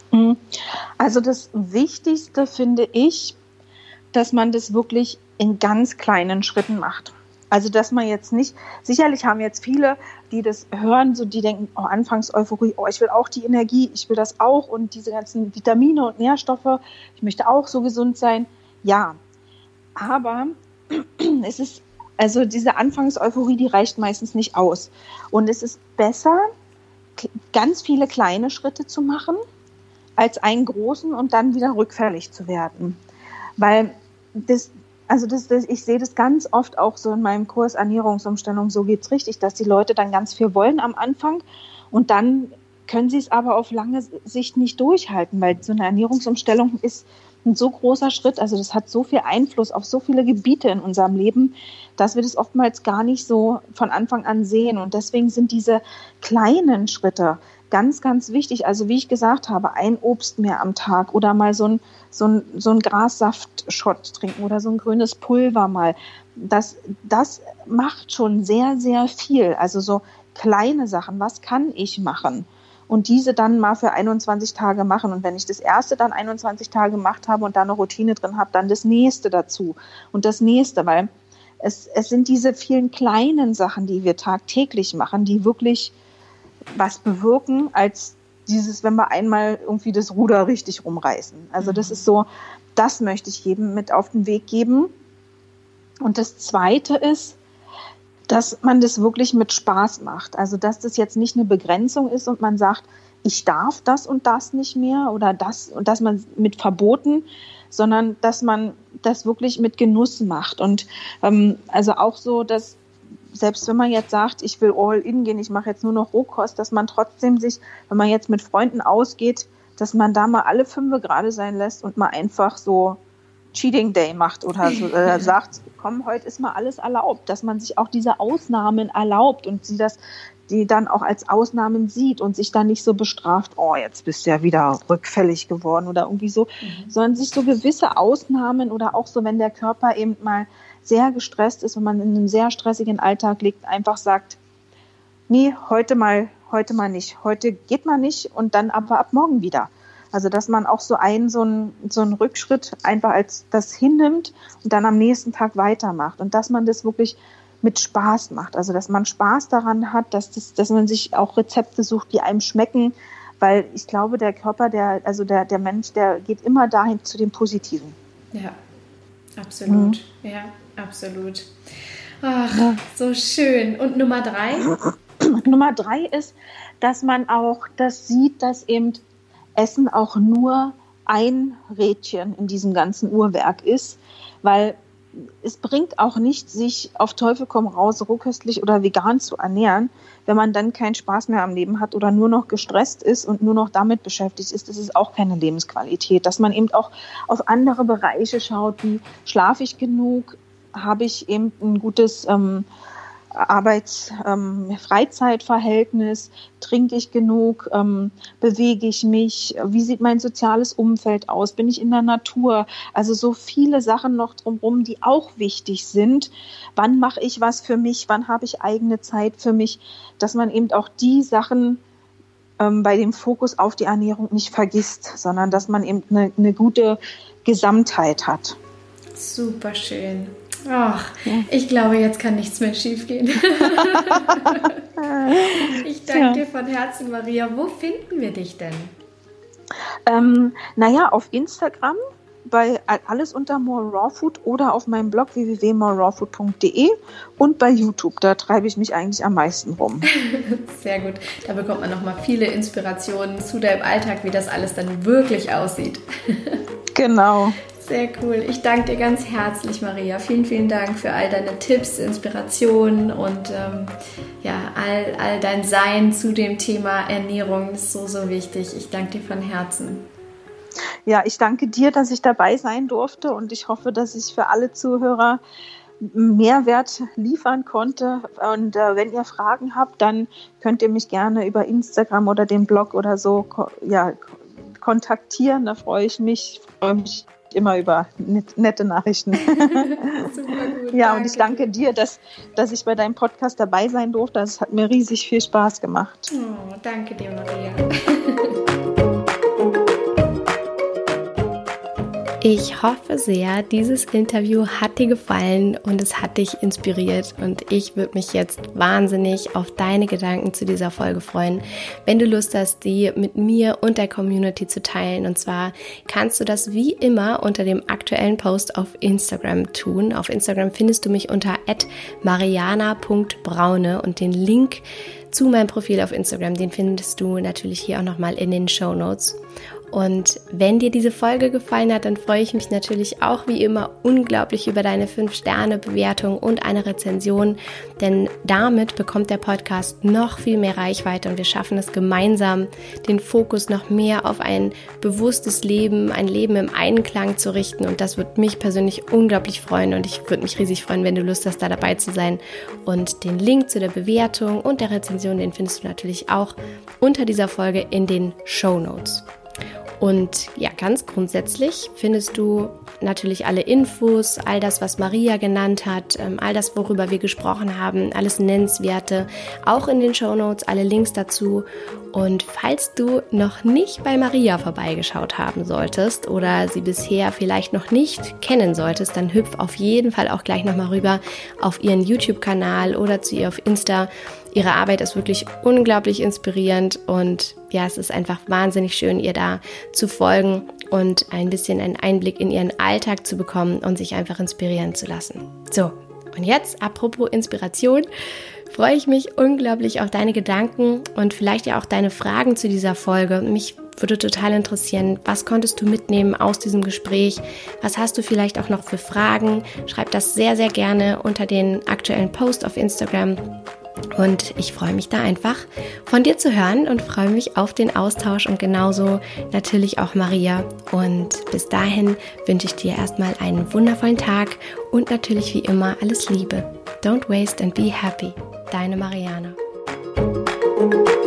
Speaker 2: Also das Wichtigste finde ich, dass man das wirklich in ganz kleinen Schritten macht. Also dass man jetzt nicht, sicherlich haben jetzt viele, die das hören, so die denken, oh, Anfangseuphorie, oh, ich will auch die Energie, ich will das auch und diese ganzen Vitamine und Nährstoffe, ich möchte auch so gesund sein. Ja, aber es ist, also diese Anfangseuphorie, die reicht meistens nicht aus. Und es ist besser, ganz viele kleine Schritte zu machen, als einen großen und dann wieder rückfällig zu werden. Weil das, also das, das, ich sehe das ganz oft auch so in meinem Kurs Ernährungsumstellung, so geht's richtig, dass die Leute dann ganz viel wollen am Anfang und dann können sie es aber auf lange Sicht nicht durchhalten, weil so eine Ernährungsumstellung ist ein so großer Schritt, also das hat so viel Einfluss auf so viele Gebiete in unserem Leben, dass wir das oftmals gar nicht so von Anfang an sehen und deswegen sind diese kleinen Schritte ganz, ganz wichtig. Also wie ich gesagt habe, ein Obst mehr am Tag oder mal so ein, so ein, so ein Grassaftshot trinken oder so ein grünes Pulver mal. Das, das macht schon sehr, sehr viel. Also so kleine Sachen. Was kann ich machen? Und diese dann mal für einundzwanzig Tage machen. Und wenn ich das erste dann einundzwanzig Tage gemacht habe und da eine Routine drin habe, dann das nächste dazu und das nächste, weil es, es sind diese vielen kleinen Sachen, die wir tagtäglich machen, die wirklich was bewirken, als dieses, wenn wir einmal irgendwie das Ruder richtig rumreißen. Also das ist so, das möchte ich jedem mit auf den Weg geben. Und das Zweite ist, dass man das wirklich mit Spaß macht. Also dass das jetzt nicht eine Begrenzung ist und man sagt, ich darf das und das nicht mehr oder das und dass man mit Verboten, sondern dass man das wirklich mit Genuss macht. Und ähm, also auch so, dass selbst wenn man jetzt sagt, ich will all in gehen, ich mache jetzt nur noch Rohkost, dass man trotzdem sich, wenn man jetzt mit Freunden ausgeht, dass man da mal alle Fünfe gerade sein lässt und mal einfach so Cheating Day macht oder so, äh, sagt, komm, heute ist mal alles erlaubt, dass man sich auch diese Ausnahmen erlaubt und sie das, die dann auch als Ausnahmen sieht und sich dann nicht so bestraft, oh, jetzt bist du ja wieder rückfällig geworden oder irgendwie so, mhm. sondern sich so gewisse Ausnahmen oder auch so, wenn der Körper eben mal sehr gestresst ist, wenn man in einem sehr stressigen Alltag liegt, einfach sagt, nee, heute mal, heute mal nicht, heute geht man nicht und dann aber ab morgen wieder. Also, dass man auch so einen, so einen, so einen Rückschritt einfach als das hinnimmt und dann am nächsten Tag weitermacht und dass man das wirklich mit Spaß macht. Also, dass man Spaß daran hat, dass das, dass man sich auch Rezepte sucht, die einem schmecken, weil ich glaube, der Körper, der, also der, der Mensch, der geht immer dahin zu dem Positiven.
Speaker 3: Ja, absolut. Mhm. Ja. Absolut. Ach, ja. So schön. Und Nummer drei?
Speaker 2: Nummer drei ist, dass man auch das sieht, dass eben Essen auch nur ein Rädchen in diesem ganzen Uhrwerk ist, weil es bringt auch nicht, sich auf Teufel komm raus rohköstlich oder vegan zu ernähren, wenn man dann keinen Spaß mehr am Leben hat oder nur noch gestresst ist und nur noch damit beschäftigt ist. Das ist auch keine Lebensqualität. Dass man eben auch auf andere Bereiche schaut, wie schlafe ich genug, habe ich eben ein gutes ähm, Arbeits-Freizeitverhältnis, ähm, trinke ich genug, ähm, bewege ich mich, wie sieht mein soziales Umfeld aus, bin ich in der Natur, also so viele Sachen noch drumherum, die auch wichtig sind. Wann mache ich was für mich, wann habe ich eigene Zeit für mich, dass man eben auch die Sachen ähm, bei dem Fokus auf die Ernährung nicht vergisst, sondern dass man eben eine, eine gute Gesamtheit hat.
Speaker 3: Super schön. Ach, ja. Ich glaube, jetzt kann nichts mehr schief gehen. Ich danke ja. dir von Herzen, Maria. Wo finden wir dich denn?
Speaker 2: Ähm, naja, auf Instagram bei alles unter More Raw Food oder auf meinem Blog w w w punkt more raw food punkt d e und bei YouTube. Da treibe ich mich eigentlich am meisten rum.
Speaker 3: Sehr gut. Da bekommt man nochmal viele Inspirationen zu deinem Alltag, wie das alles dann wirklich aussieht.
Speaker 2: Genau.
Speaker 3: Sehr cool. Ich danke dir ganz herzlich, Maria. Vielen, vielen Dank für all deine Tipps, Inspirationen und ähm, ja, all, all dein Sein zu dem Thema Ernährung. Das ist so, so wichtig. Ich danke dir von Herzen.
Speaker 2: Ja, ich danke dir, dass ich dabei sein durfte und ich hoffe, dass ich für alle Zuhörer Mehrwert liefern konnte. Und äh, wenn ihr Fragen habt, dann könnt ihr mich gerne über Instagram oder den Blog oder so ko- ja, kontaktieren. Da freue ich mich. Ich freue mich immer über nette Nachrichten.
Speaker 3: Super gut,
Speaker 2: ja,
Speaker 3: danke.
Speaker 2: Und ich danke dir, dass, dass ich bei deinem Podcast dabei sein durfte. Es hat mir riesig viel Spaß gemacht.
Speaker 3: Oh, danke dir, Maria.
Speaker 1: Ich hoffe sehr, dieses Interview hat dir gefallen und es hat dich inspiriert und ich würde mich jetzt wahnsinnig auf deine Gedanken zu dieser Folge freuen, wenn du Lust hast, die mit mir und der Community zu teilen. Und zwar kannst du das wie immer unter dem aktuellen Post auf Instagram tun. Auf Instagram findest du mich unter at mariana punkt braune und den Link zu meinem Profil auf Instagram, den findest du natürlich hier auch nochmal in den Shownotes. Und wenn dir diese Folge gefallen hat, dann freue ich mich natürlich auch wie immer unglaublich über deine fünf Sterne Bewertung und eine Rezension, denn damit bekommt der Podcast noch viel mehr Reichweite und wir schaffen es gemeinsam, den Fokus noch mehr auf ein bewusstes Leben, ein Leben im Einklang zu richten und das wird mich persönlich unglaublich freuen und ich würde mich riesig freuen, wenn du Lust hast, da dabei zu sein. Und den Link zu der Bewertung und der Rezension, den findest du natürlich auch unter dieser Folge in den Shownotes. Und ja, ganz grundsätzlich findest du natürlich alle Infos, all das, was Maria genannt hat, all das, worüber wir gesprochen haben, alles Nennenswerte, auch in den Shownotes, alle Links dazu. Und falls du noch nicht bei Maria vorbeigeschaut haben solltest oder sie bisher vielleicht noch nicht kennen solltest, dann hüpf auf jeden Fall auch gleich nochmal rüber auf ihren YouTube-Kanal oder zu ihr auf Insta. Ihre Arbeit ist wirklich unglaublich inspirierend und ja, es ist einfach wahnsinnig schön, ihr da zu folgen und ein bisschen einen Einblick in ihren Alltag zu bekommen und sich einfach inspirieren zu lassen. So, und jetzt, apropos Inspiration, freue ich mich unglaublich auf deine Gedanken und vielleicht ja auch deine Fragen zu dieser Folge. Mich würde total interessieren, was konntest du mitnehmen aus diesem Gespräch? Was hast du vielleicht auch noch für Fragen? Schreib das sehr, sehr gerne unter den aktuellen Post auf Instagram. Und ich freue mich da einfach von dir zu hören und freue mich auf den Austausch und genauso natürlich auch Maria. Und bis dahin wünsche ich dir erstmal einen wundervollen Tag und natürlich wie immer alles Liebe. Don't waste and be happy. Deine Mariana.